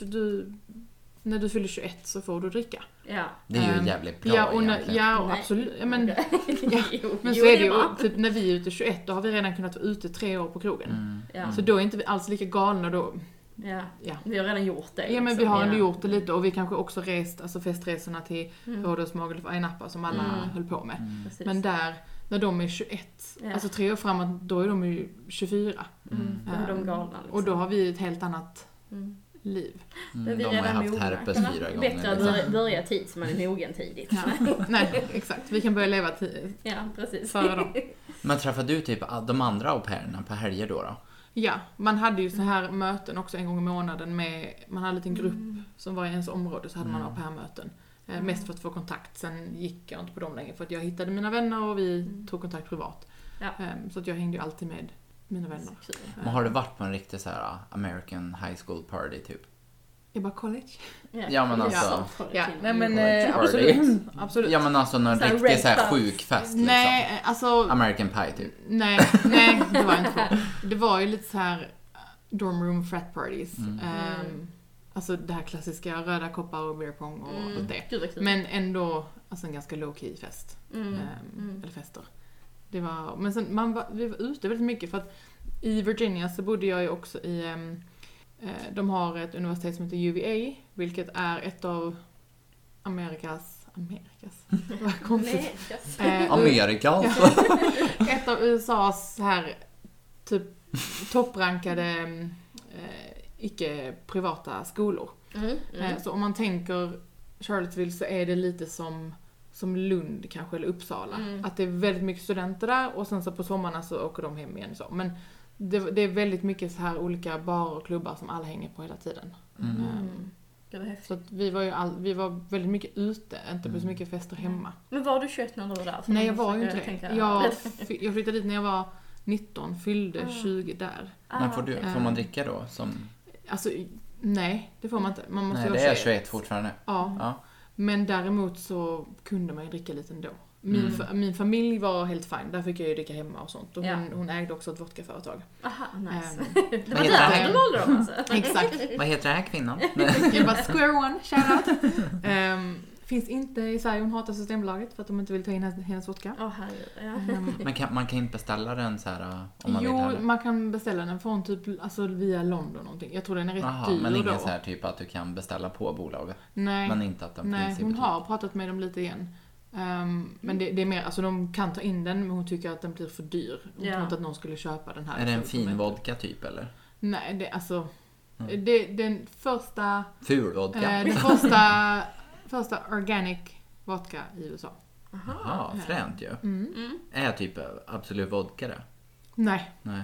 när du fyller 21 så får du dricka. Ja. Det är ju jävligt bra egentligen. Ja, absolut. Ja, men men så Jo, är det det ju, var. typ när vi är ute 21 då har vi redan kunnat vara ute 3 år på krogen. Ja. Så då är inte vi alls lika galna då. Ja. Ja. Vi har redan gjort det. Ja, men vi liksom. har ändå gjort det lite och vi kanske också rest, alltså festresorna till Rhodos, Magaluf, Ayia Napa som alla höll på med. Precis. Men där, när de är 21, alltså 3 år framåt, då är de ju 24. Då är de galna liksom. Och då har vi ett helt annat liv. Men vi De är har redan haft mogna. herpes 4 gånger. Bättre att Liksom. börja tid så man är mogen tidigt. Nej, exakt. Vi kan börja leva Ja, precis. före dem. Men träffade du typ de andra au pairerna på helger då? Ja, man hade ju så här möten också en gång i månaden med, man hade en liten grupp som var i ens område, så hade man au pair-möten. Mest för att få kontakt, sen gick jag inte på dem längre för att jag hittade mina vänner och vi tog kontakt privat. Ja. Så att jag hängde ju alltid med mina vänner. Men har du varit på en riktig så här American high school party typ? Jag bara college. Ja, men alltså... Ja, nej men College absolut. Absolut. Ja, men alltså någon Så här riktig så här red sjukfest liksom. Nej, alltså... American pie typ. Nej, det var inte så. Det var ju lite så här dorm room frat parties. Alltså det här klassiska röda koppar och beer pong och allt det. Gud vad kul. Men ändå alltså en ganska low key fest. Eller fester. Det var, men sen vi var ute väldigt mycket för att i Virginia så bodde jag ju också i de har ett universitet som heter UVA, vilket är ett av Amerikas vad konstigt. Amerika alltså. Ett av USAs här typ topprankade icke-privata skolor. Så om man tänker Charlottesville så är det lite som Lund kanske, eller Uppsala. Att det är väldigt mycket studenter där och sen så på sommarna så åker de hem igen. Så. Men det är väldigt mycket så här olika barer och klubbar som alla hänger på hela tiden. Så att vi var väldigt mycket ute, inte på så mycket fester hemma. Men var du 21 när du var där? Nej, jag var ju inte det. Jag flyttade dit när jag var 19, fyllde 20 där. Men får man dricka då? Som... Alltså, nej, det får man inte. Man måste Nej, det är 21 fortfarande. Ja. Men däremot så kunde man ju dricka lite ändå. Min familj var helt fine. Där fick jag ju dricka hemma och sånt. Och hon ägde också ett vodkaföretag. Aha, nice. Vad heter det här? Du valde dem alltså? Exakt. Vad heter det här kvinnan? Jag bara, square one, shout out. Finns inte i Sverige. Hon hatar Systembolaget för att de inte vill ta in hennes vodka. Herregud, Men man kan inte beställa den så här om man vill Jo, heller? man kan beställa den från typ, alltså via London någonting. Jag tror den är rätt dyr men då. ingen så här typ att du kan beställa på bolaget? Nej. Men inte att den finns i hon butik. har pratat med dem lite igen. Men det är mer, alltså de kan ta in den, men hon tycker att den blir för dyr. Hon tror inte att någon skulle köpa den här. Är det en fin vodka typ eller? Nej, det alltså... Den första... Ful vodka? Den första organic vodka i USA. Jaha, fränt ju. Är typ Absolut vodka det? Nej. Nej.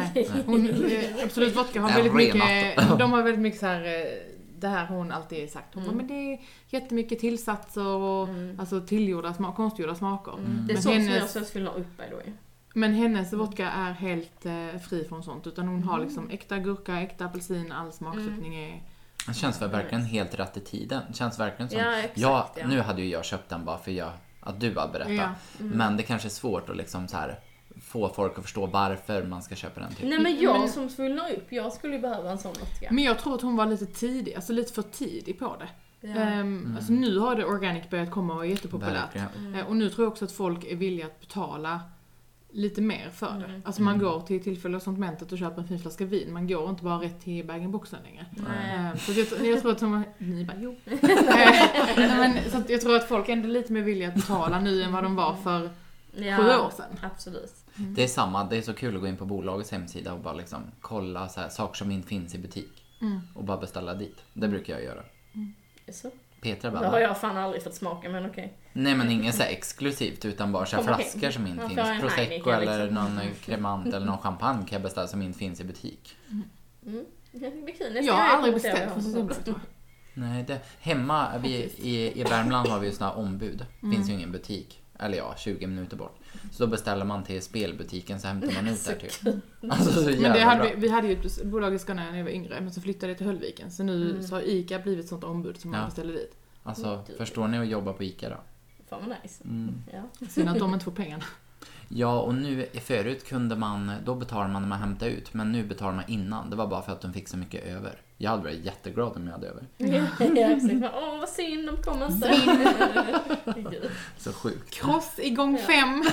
Absolut vodka har väldigt mycket... De har väldigt mycket så här... Det här har hon alltid sagt. Hon bara, men det är jättemycket tillsatser och alltså tillgjorda konstgjorda smaker. Det är sånt som jag så fyller upp i då ju. Men hennes vodka är helt fri från sånt. Utan hon har liksom äkta gurka, äkta apelsin, all smaksättning är... Det känns väl verkligen helt rätt i tiden. Det känns verkligen som... Ja, exakt, Nu hade ju jag köpt den bara för att du har berättat. Ja. Men det kanske är svårt att liksom så här få folk att förstå varför man ska köpa den typ. Nej, men jag som svullnar upp, jag skulle ju behöva en sån vodka. Men jag tror att hon var lite tidig, alltså lite för tidig på det. Alltså nu har det organic börjat komma och är jättepopulärt. Och nu tror jag också att folk är villiga att betala lite mer för det. Alltså man går till tillfälle och sortimentet och köper en fin flaska vin. Man går inte bara rätt till bag-in-boxen längre. Så jag tror att ni bara, jo. Så att jag tror att folk är ändå lite mer villiga att betala nu än vad de var för 7 år sedan. Absolut. Det är samma, det är så kul att gå in på bolagets hemsida och bara liksom kolla så här, saker som inte finns i butik. Och bara beställa dit. Det brukar jag göra. Så. Petra Det har bara, jag fan aldrig fått smaka, men okej. nej men inget så här exklusivt utan bara så här Kom flaskor som inte Ja, finns. för en Prosecco Heineken, eller liksom. någon cremant eller någon champagne kan jag beställa som inte finns i butik. Det blir kul. Jag har aldrig beställt från Systembolaget. Nej, hemma i Värmland har vi ju såna här ombud. Finns ju ingen butik. Eller 20 minuter bort. Så då beställer man till spelbutiken så hämtar man ut där typ. Alltså så jävla Men det hade bra. vi hade ju ett bolag i Skåne när jag var yngre, men så flyttade jag till Höllviken. Så nu så har ICA blivit ett sånt ombud som man beställer dit. Alltså, förstår ni att jobba på ICA då? Fan vad nice. Ja. Synd att de inte får pengarna. Ja, och nu förut kunde man, då betalar man när man hämtar ut. Men nu betalar man innan. Det var bara för att de fick så mycket över. Jag hade varit jätteglad om jag hade över. Ja, exakt. Åh, vad synd, de kommer inte. Så sjukt. Cross igång 5.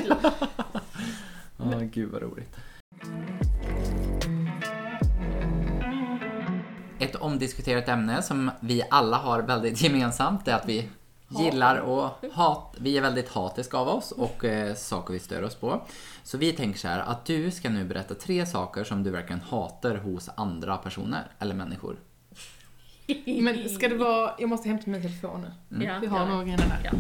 Gud vad roligt. Ett omdiskuterat ämne som vi alla har väldigt gemensamt är att vi gillar och vi är väldigt hatiska av oss och saker vi stör oss på. Så vi tänker så här att du ska nu berätta 3 saker som du verkligen hatar hos andra personer eller människor. Men ska det vara, jag måste hämta min telefon nu. Ja, Vi har några grejer här.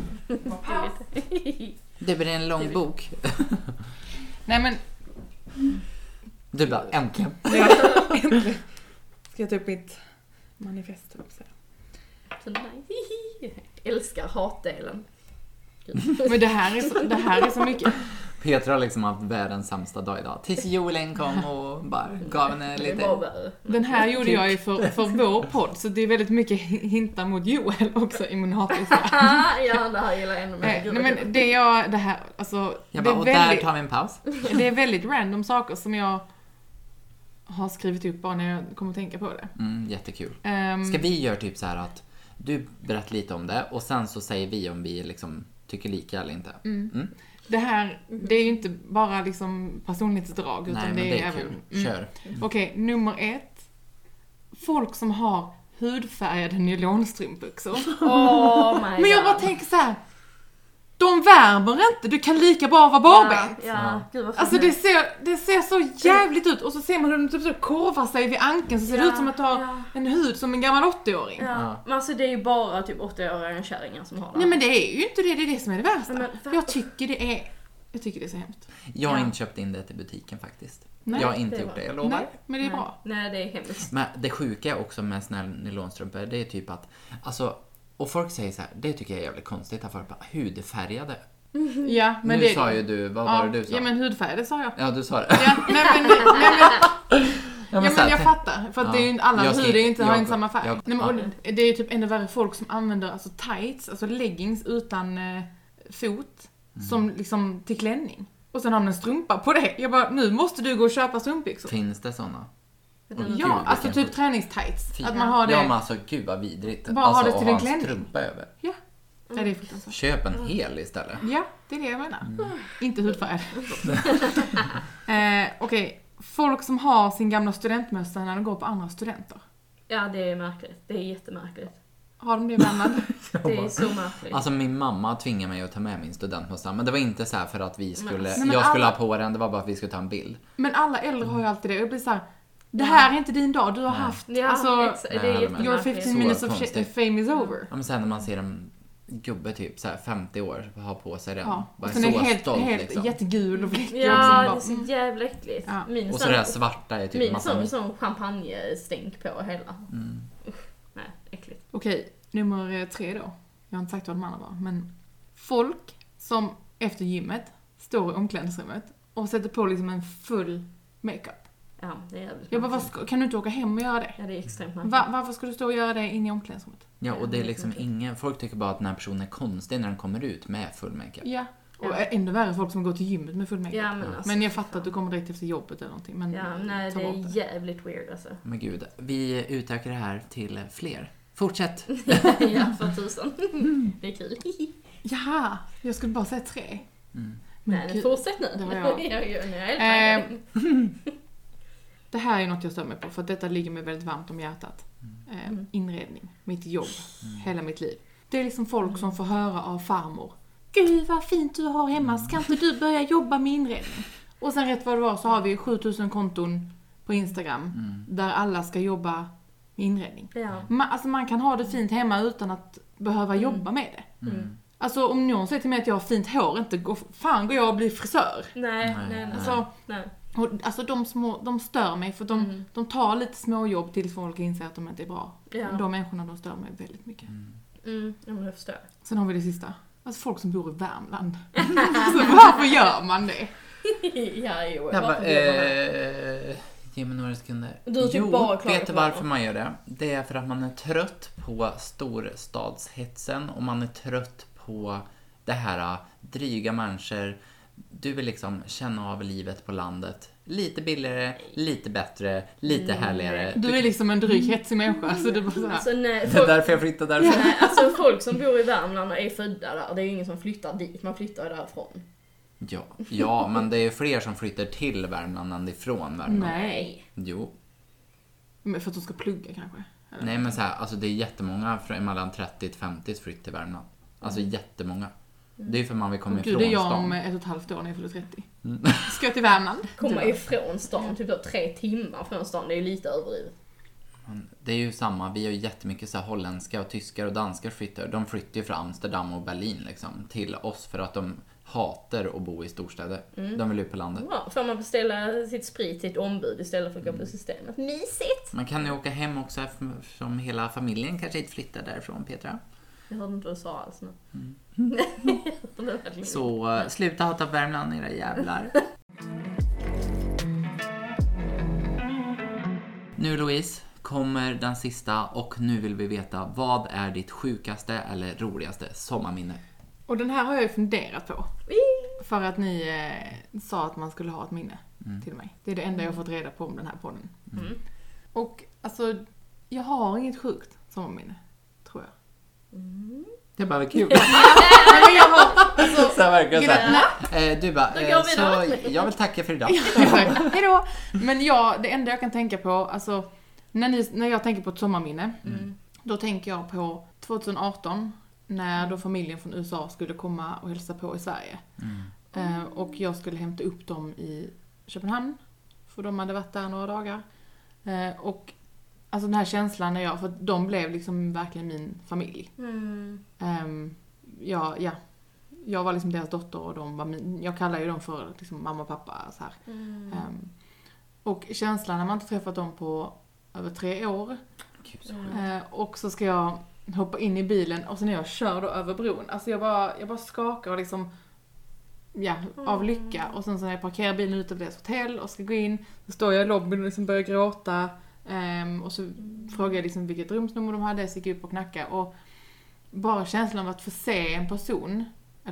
Det blir en lång bok. Nej men, Du bara, äntligen. äntligen. Ska jag ta upp mitt manifest också. Så nice. Älskar hatdelen. Men det här är så mycket. Petra har liksom haft världens sämsta dag idag. Tills Joelen kom och bara gav henne lite... Den här gjorde jag ju för vår podd, så det är väldigt mycket hintar mot Joel också i min hatlista. Ja, det här gillar jag ännu mer. Nej men det här, alltså... Jag det bara, är och väldigt, där tar vi en paus. det är väldigt random saker som jag har skrivit upp bara när jag kommer att tänka på det. Jättekul. Ska vi göra typ så här att du berättar lite om det och sen så säger vi om vi liksom tycker lika eller inte. Det här, det är ju inte bara liksom personlighetsdrag, utan Nej, men det är även... kul. Kör. Okej, nummer 1. Folk som har hudfärgade nylonstrumpbyxor. Men jag bara tänker så här. De värmer inte, du kan lika bra vara barbent. Ja, gud vad Alltså det ser så jävligt ut. Och så ser man hur de typ så korvar sig vid ankeln. Så ser det ut som att ha en hud som en gammal 80-åring. Ja. Men alltså det är ju bara typ 80-åriga kärringar som har det. Nej men det är ju inte det, det är det som är det värsta. Men, jag tycker det är så hemskt. Jag har inte köpt in det till butiken faktiskt. Nej, jag har inte det gjort var- det, jag lovar. Nej, men det är bra. Nej, det är hemskt. Men det sjuka också med såna här nylonstrumpor, det är typ att, alltså, och folk säger så här, det tycker jag är jävligt konstigt, att folk bara, hudfärgade. Ja, men Nu det sa ju du, vad var det du sa? Ja men hudfärgade sa jag. Ja, du sa det. Ja, nej men så här, jag fattar. För att det är ju inte, alla Jag ska- hud är ju inte, har jag- inte samma färg. jag- Nej, men, och det är ju typ ännu värre folk som använder alltså tights, alltså leggings utan fot, som liksom till klänning. Och sen har man en strumpa på det. Jag bara, nu måste du gå och köpa strumpbyxor. Finns det såna? Ja, alltså typ träningstights. Att man har det. Ja, men alltså gud vad vidrigt. Bara alltså, ha det till en att klänning. strumpa över. Ja, ja det är fruktansvärt. Köp en hel istället. Ja, det är det jag menar. Inte hudfärgad. Okej, folk som har sin gamla studentmössa när de går på andra studenter. Ja, det är märkligt. Det är jättemärkligt. Har de det värmad? Det är så märkligt. Alltså min mamma tvingade mig att ta med min studentmössa. Men det var inte så här för att vi skulle, men jag skulle alla- ha på den, det var bara att vi skulle ta en bild. Men alla äldre har ju alltid det. Jag blir så här, det här är inte din dag, du har haft. Ja, alltså, det är Nej, men- your jättemärkligt. 15 minutes of konstigt. fame is over. Ja, men sen när man ser en gubbe typ så här 50 år ha på sig den. Ja, Bara och sen är så helt, stolt helt liksom. jättegul och fläckig Ja, det är också. så jävla äckligt. Ja. Min Och så det här svarta är typ min massa... sån champagne-stänk på hela. Usch, nej, äckligt. Okej, nummer 3 då. Jag har inte sagt vad de andra var. Men folk som efter gymmet står i omklädningsrummet och sätter på liksom en full makeup. Ja, det är jävligt Jag bara, märkligt. kan du inte åka hem och göra det? Ja, det är extremt märkligt. Varför ska du stå och göra det inne i omklädningsrummet? Ja, och det är liksom ingen... Folk tycker bara att den här personen är konstig när den kommer ut med full makeup. Ja. Och ändå värre folk som går till gymmet med full makeup. Ja, men alltså, Men jag fattar att du kommer direkt efter jobbet eller någonting. Men Ja, nej, ta det bort är jävligt weird alltså. Men gud, vi utökar det här till fler. Fortsätt! Ja, för tusan. Det är kul. Jaha, jag skulle bara säga 3. Nej, gud, fortsätt nu. det var jag. Det här är något jag stör mig på, för att detta ligger mig väldigt varmt om hjärtat. Inredning, mitt jobb, hela mitt liv. Det är liksom folk som får höra av farmor: Gud vad fint du har hemma, ska inte du börja jobba med inredning? Och sen rätt vad det var så har vi 7000 konton på Instagram där alla ska jobba med inredning. Ja. Man kan ha det fint hemma utan att behöva jobba med det. Alltså om någon säger till mig att jag har fint hår, inte går jag och blir frisör. Nej. Alltså, Nej. och, alltså de stör mig för de tar lite små jobb tills folk inser att de inte är bra. Ja. De människorna, de stör mig väldigt mycket. Ja, men jag förstår. Sen har vi det sista. Alltså folk som bor i Värmland. Så varför gör man det? Ja, jo. Jag bara, Varför gör man det? ge mig några sekunder. Du har typ bara klagat vet du på varför det. man gör det? Det är för att man är trött på storstadshetsen och man är trött på det här dryga människor. Du vill liksom känna av livet på landet. Lite billigare, lite bättre, lite härligare. Du är liksom en dryg hetsig människa. Så det är bara så här. Alltså, nej, Det är folk, därför jag flyttade därifrån. nej, alltså folk som bor i Värmland och är födda där, det är ju ingen som flyttar dit, man flyttar ju därifrån. Ja, men det är ju fler som flyttar till Värmland än ifrån Värmland. Nej. Jo. Men för att de ska plugga kanske. Eller? Nej, men så här, alltså det är jättemånga mellan 30 till 50 flytt till Värmland. Alltså jättemånga. Det är för man vill komma Gud, ifrån det är jag stan. om 1,5 år när jag fyller 30. Ska jag till Värmland? Komma ifrån stan, typ då 3 timmar från stan, det är ju lite överdrivet. Det är ju samma, vi har ju jättemycket så här holländska och tyskar och danskar flyttar. De flyttar ju från Amsterdam och Berlin liksom, till oss för att de hatar att bo i storstäder. De vill ut på landet. Ja, får man beställa sitt sprit till ett ombud istället för att gå på systemet. Mysigt! Man kan ju åka hem också eftersom hela familjen kanske inte flyttar därifrån, Petra. Jag hörde inte vad du sa alls nu. Så sluta hata Värmland, era jävlar. Nu Louise kommer den sista och nu vill vi veta, vad är ditt sjukaste eller roligaste sommarminne? Och den här har jag ju funderat på. För att ni sa att man skulle ha ett minne till mig. Det är det enda jag har fått reda på om den här podden. Och alltså, jag har inget sjukt sommarminne, tror jag. Det är bara kul. Men jag har, alltså, Så här verkar så här. Du bara, Då går vi så jag vill tacka för idag. hejdå! Men det enda jag kan tänka på, alltså, när jag tänker på ett sommarminne, då tänker jag på 2018, när då familjen från USA skulle komma och hälsa på i Sverige. Och jag skulle hämta upp dem i Köpenhamn, för de hade varit där några dagar. Och alltså den här känslan när för de blev liksom verkligen min familj. Jag var liksom deras dotter och de var jag kallar ju dem för liksom mamma och pappa så här. Och känslan när man inte träffat dem på över 3 år. Och så ska jag hoppa in i bilen och så när jag kör då över bron, alltså jag bara skakar och liksom av lycka. Och sen så när jag parkerar bilen ute på deras hotell och ska gå in, så står jag i lobbyn och liksom börjar gråta. Och så frågade jag liksom vilket rumsnummer de hade, så gick jag upp och knackade. Och bara känslan av att få se en person,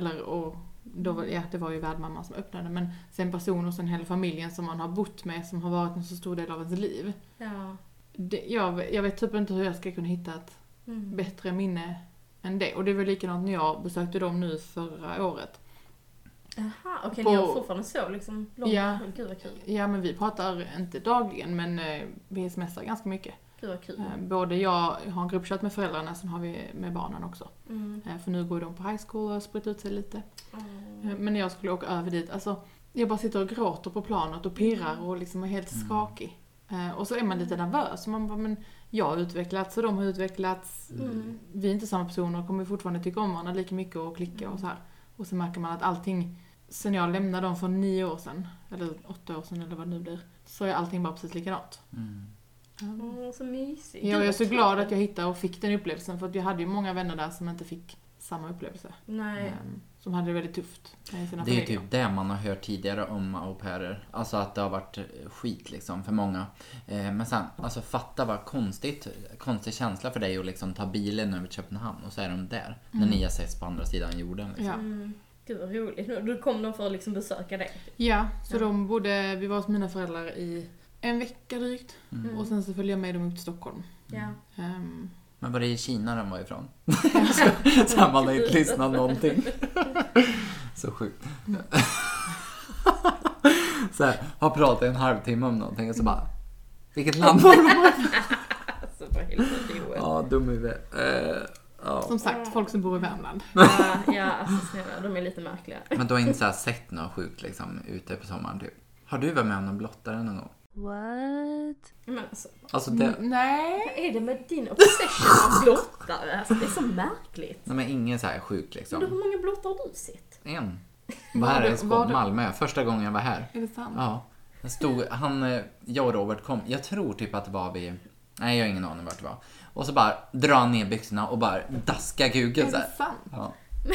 det var ju värdmamman som öppnade, men se en person och sen hela familjen som man har bott med, som har varit en så stor del av ens liv. Ja. Jag vet typ inte hur jag ska kunna hitta ett bättre minne än det. Och det var likadant när jag besökte dem nu förra året. Jaha, okej, ni har fortfarande så liksom långt. Ja. Gud vad kul. Ja, men vi pratar inte dagligen, men vi smsar ganska mycket. Gud vad kul. Både jag har en gruppchatt med föräldrarna, som har vi med barnen också. För nu går de på high school och spritt ut sig lite. Men när jag skulle åka över dit, alltså jag bara sitter och gråter på planet och pirrar och liksom är helt skakig. Och så är man lite nervös. Och man bara, men jag har utvecklats och de har utvecklats. Vi är inte samma personer och kommer fortfarande tycka om varandra lika mycket och klicka och så här. Och så märker man att allting, sen jag lämnade dem för 9 år sedan, eller 8 år sedan eller vad det nu blir, så är allting bara precis likadant. Så mysigt. Jag är så glad att jag hittade och fick den upplevelsen, för att jag hade ju många vänner där som inte fick samma upplevelse. Nej. Som hade det väldigt tufft med sina Det är ju familjer. typ det man har hört tidigare om au pairer. Alltså att det har varit skit liksom för många. Men sen, alltså fatta vad konstig känsla för dig att liksom ta bilen över till Köpenhamn och så är de där. När ni har ses på andra sidan jorden liksom. Ja. Gud vad roligt. Då kom de för att liksom besöka dig. Ja, så vi var hos mina föräldrar i en vecka drygt. Och sen så följde jag med dem upp till Stockholm. Ja. Men var det i Kina de var ifrån? Så man har inte lyssnat någonting. Så sjukt. Så här, har pratat en halvtimme om någonting och så bara, vilket land var det? Alltså vad helt idiot. Ja, dum huvud. Ja. Som sagt, folk som bor i Värmland. Ja, alltså snälla, de är lite märkliga. Men du har inte så här sett något sjukt liksom ute på sommaren typ? Har du varit med om någon blottare någon gång? What? Men Alltså det... Nej. vad är det med din obsession av blottare? Alltså, det är så märkligt. Nej, men ingen så här sjuk liksom. Men hur många blottar har du sett? En. Var här i Malmö. Första gången jag var här. Är det sant? Ja. Jag och Robert kom. Jag tror typ att det var vid... Nej, jag har ingen aning vart det var. Och så bara dra ner byxorna och bara daska kuken Är så det här. sant? Ja.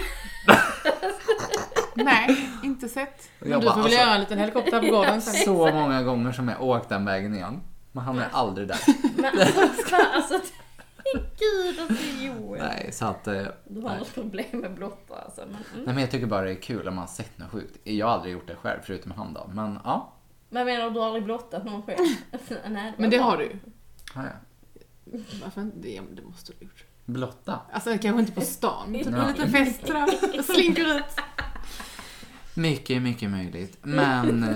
Nej, inte sett. Och Men jag du bara, får väl alltså- göra en liten helikopter på gården sen. Så många gånger som jag åkt den vägen igen. Men han är aldrig där. Men alltså, gud alltså Joel. Nej, så att... Du har nej. något problem med blottare alltså. Nej, men jag tycker bara det är kul om man har sett något sjukt. Jag har aldrig gjort det själv förutom han då. Men ja. Men menar du har aldrig blottat någon själv? Nej, Men det har du ju. Ja. Varför inte? Det måste du gjort. Blotta. Alltså kanske inte på stan. Typ Ja. en liten fest där. Slinker ut. Mycket, mycket möjligt. Men...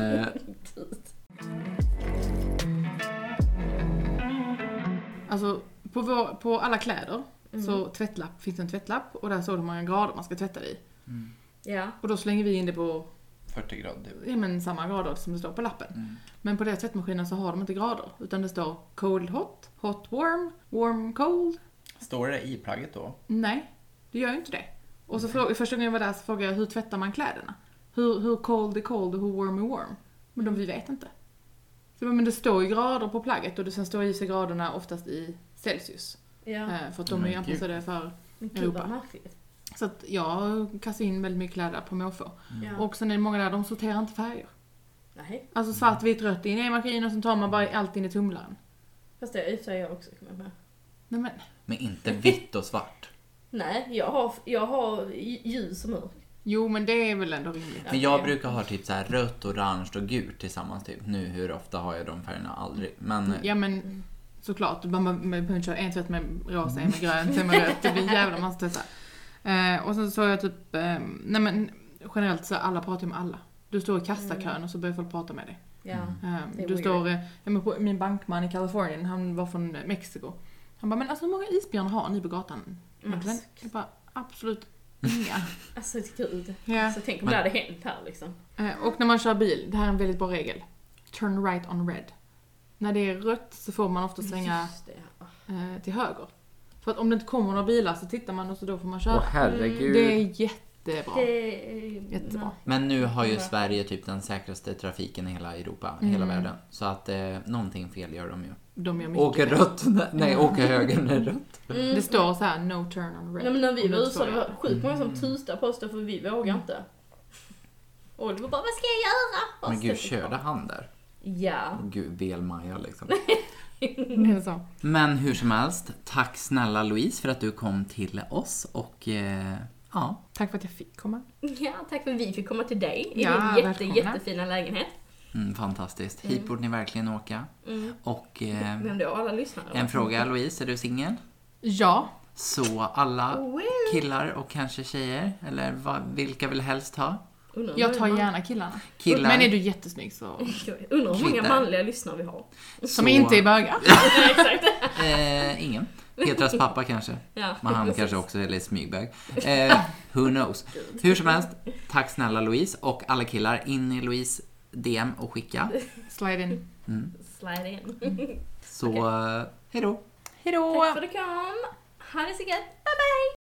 Alltså på alla kläder så finns det en tvättlapp och där står det hur många grader man ska tvätta det i. Ja. Och då slänger vi in det på 40 grader typ. ja, men samma grader som det står på lappen. Men på deras tvättmaskinen så har de inte grader utan det står cold hot, hot warm, warm cold. Står det i plagget då? Nej, det gör ju inte det. Och så första gången jag var där så frågade jag hur tvättar man kläderna? Hur cold är cold och hur warm är warm? Men vi vet inte. Så, men det står ju grader på plagget och det sen står i sig graderna oftast i Celsius. Ja. För att de är anpassade för Men gud Europa. vad märkligt. Så att jag kastar in väldigt mycket kläder på måfå. Ja. Och sen är det många där, de sorterar inte färger. Nej. Alltså svart, vitt, rött in i maskinen och sen tar man bara allt in i tumlaren. Fast det är jag också kommit med. Nej men, Men inte vitt och svart. Nej, jag har ljus och mörk. jo men det är väl ändå rimligt. Men jag brukar ha typ så här rött, orange och gult tillsammans typ. Nu hur ofta har jag de färgerna? Aldrig. Men Ja men såklart, man behöver köra en tvätt med rosa, en med grönt, en med rött. Det blir en jävla massa tvättar. Och sen så jag typ, nej men generellt så alla pratar med alla. Du står i kassakön och så börjar folk prata med dig. Ja. Det är Du weird. står, min bankman i Kalifornien, han var från Mexiko. Han bara, men alltså hur många isbjörnar har ni på gatan? Madeleine? Jag bara, absolut inga. Alltså gud. Ja. Alltså tänk om det hade hänt här liksom. Och när man kör bil, det här är en väldigt bra regel. Turn right on red. När det är rött så får man ofta svänga Just det. till höger. För att om det inte kommer några bilar så tittar man och så då får man köra. åh herregud. Det är jättebra. Det är Jättebra. Men nu har ju Sverige typ den säkraste trafiken i hela Europa, hela världen. Så att någonting fel gör de ju. De gör mycket. Åker rött, nej åker höger när det är rött. Det står så här, no turn on red. Nej, men när vi Om var du i USA, inte det får var sjukt många som tutade på oss där, för vi vågar inte. Och det var bara, vad ska jag göra? Men gud, körde han där? Ja. Gud, Velmaja liksom. göra. Det är så. Men hur som helst, tack snälla Louise för att du kom till oss och ja. Tack för att jag fick komma. Ja, tack för att vi fick komma till dig i Ja, din välkomna. jättefina lägenhet. Fantastiskt. Hit borde ni verkligen åka. Och Men då alla lyssnare. en fråga Louise, är du singel? Ja. Så alla Woo! killar och kanske tjejer, eller vilka vill helst ha? Undrar Jag hur tar många- gärna killarna. Killar. Men är du jättesnygg så... Undrar hur många Skit där. manliga lyssnare vi har. Som inte är bögar. Exakt. Ingen. Petras pappa kanske. Ja, Men han precis. kanske också är lite smygbög. Who knows? Hur som helst, tack snälla Louise och alla killar in i Louise DM och skicka. Slide in. Slide in. Så hejdå. Hejdå! Tack för att du kom. Ha det så gött. Bye bye!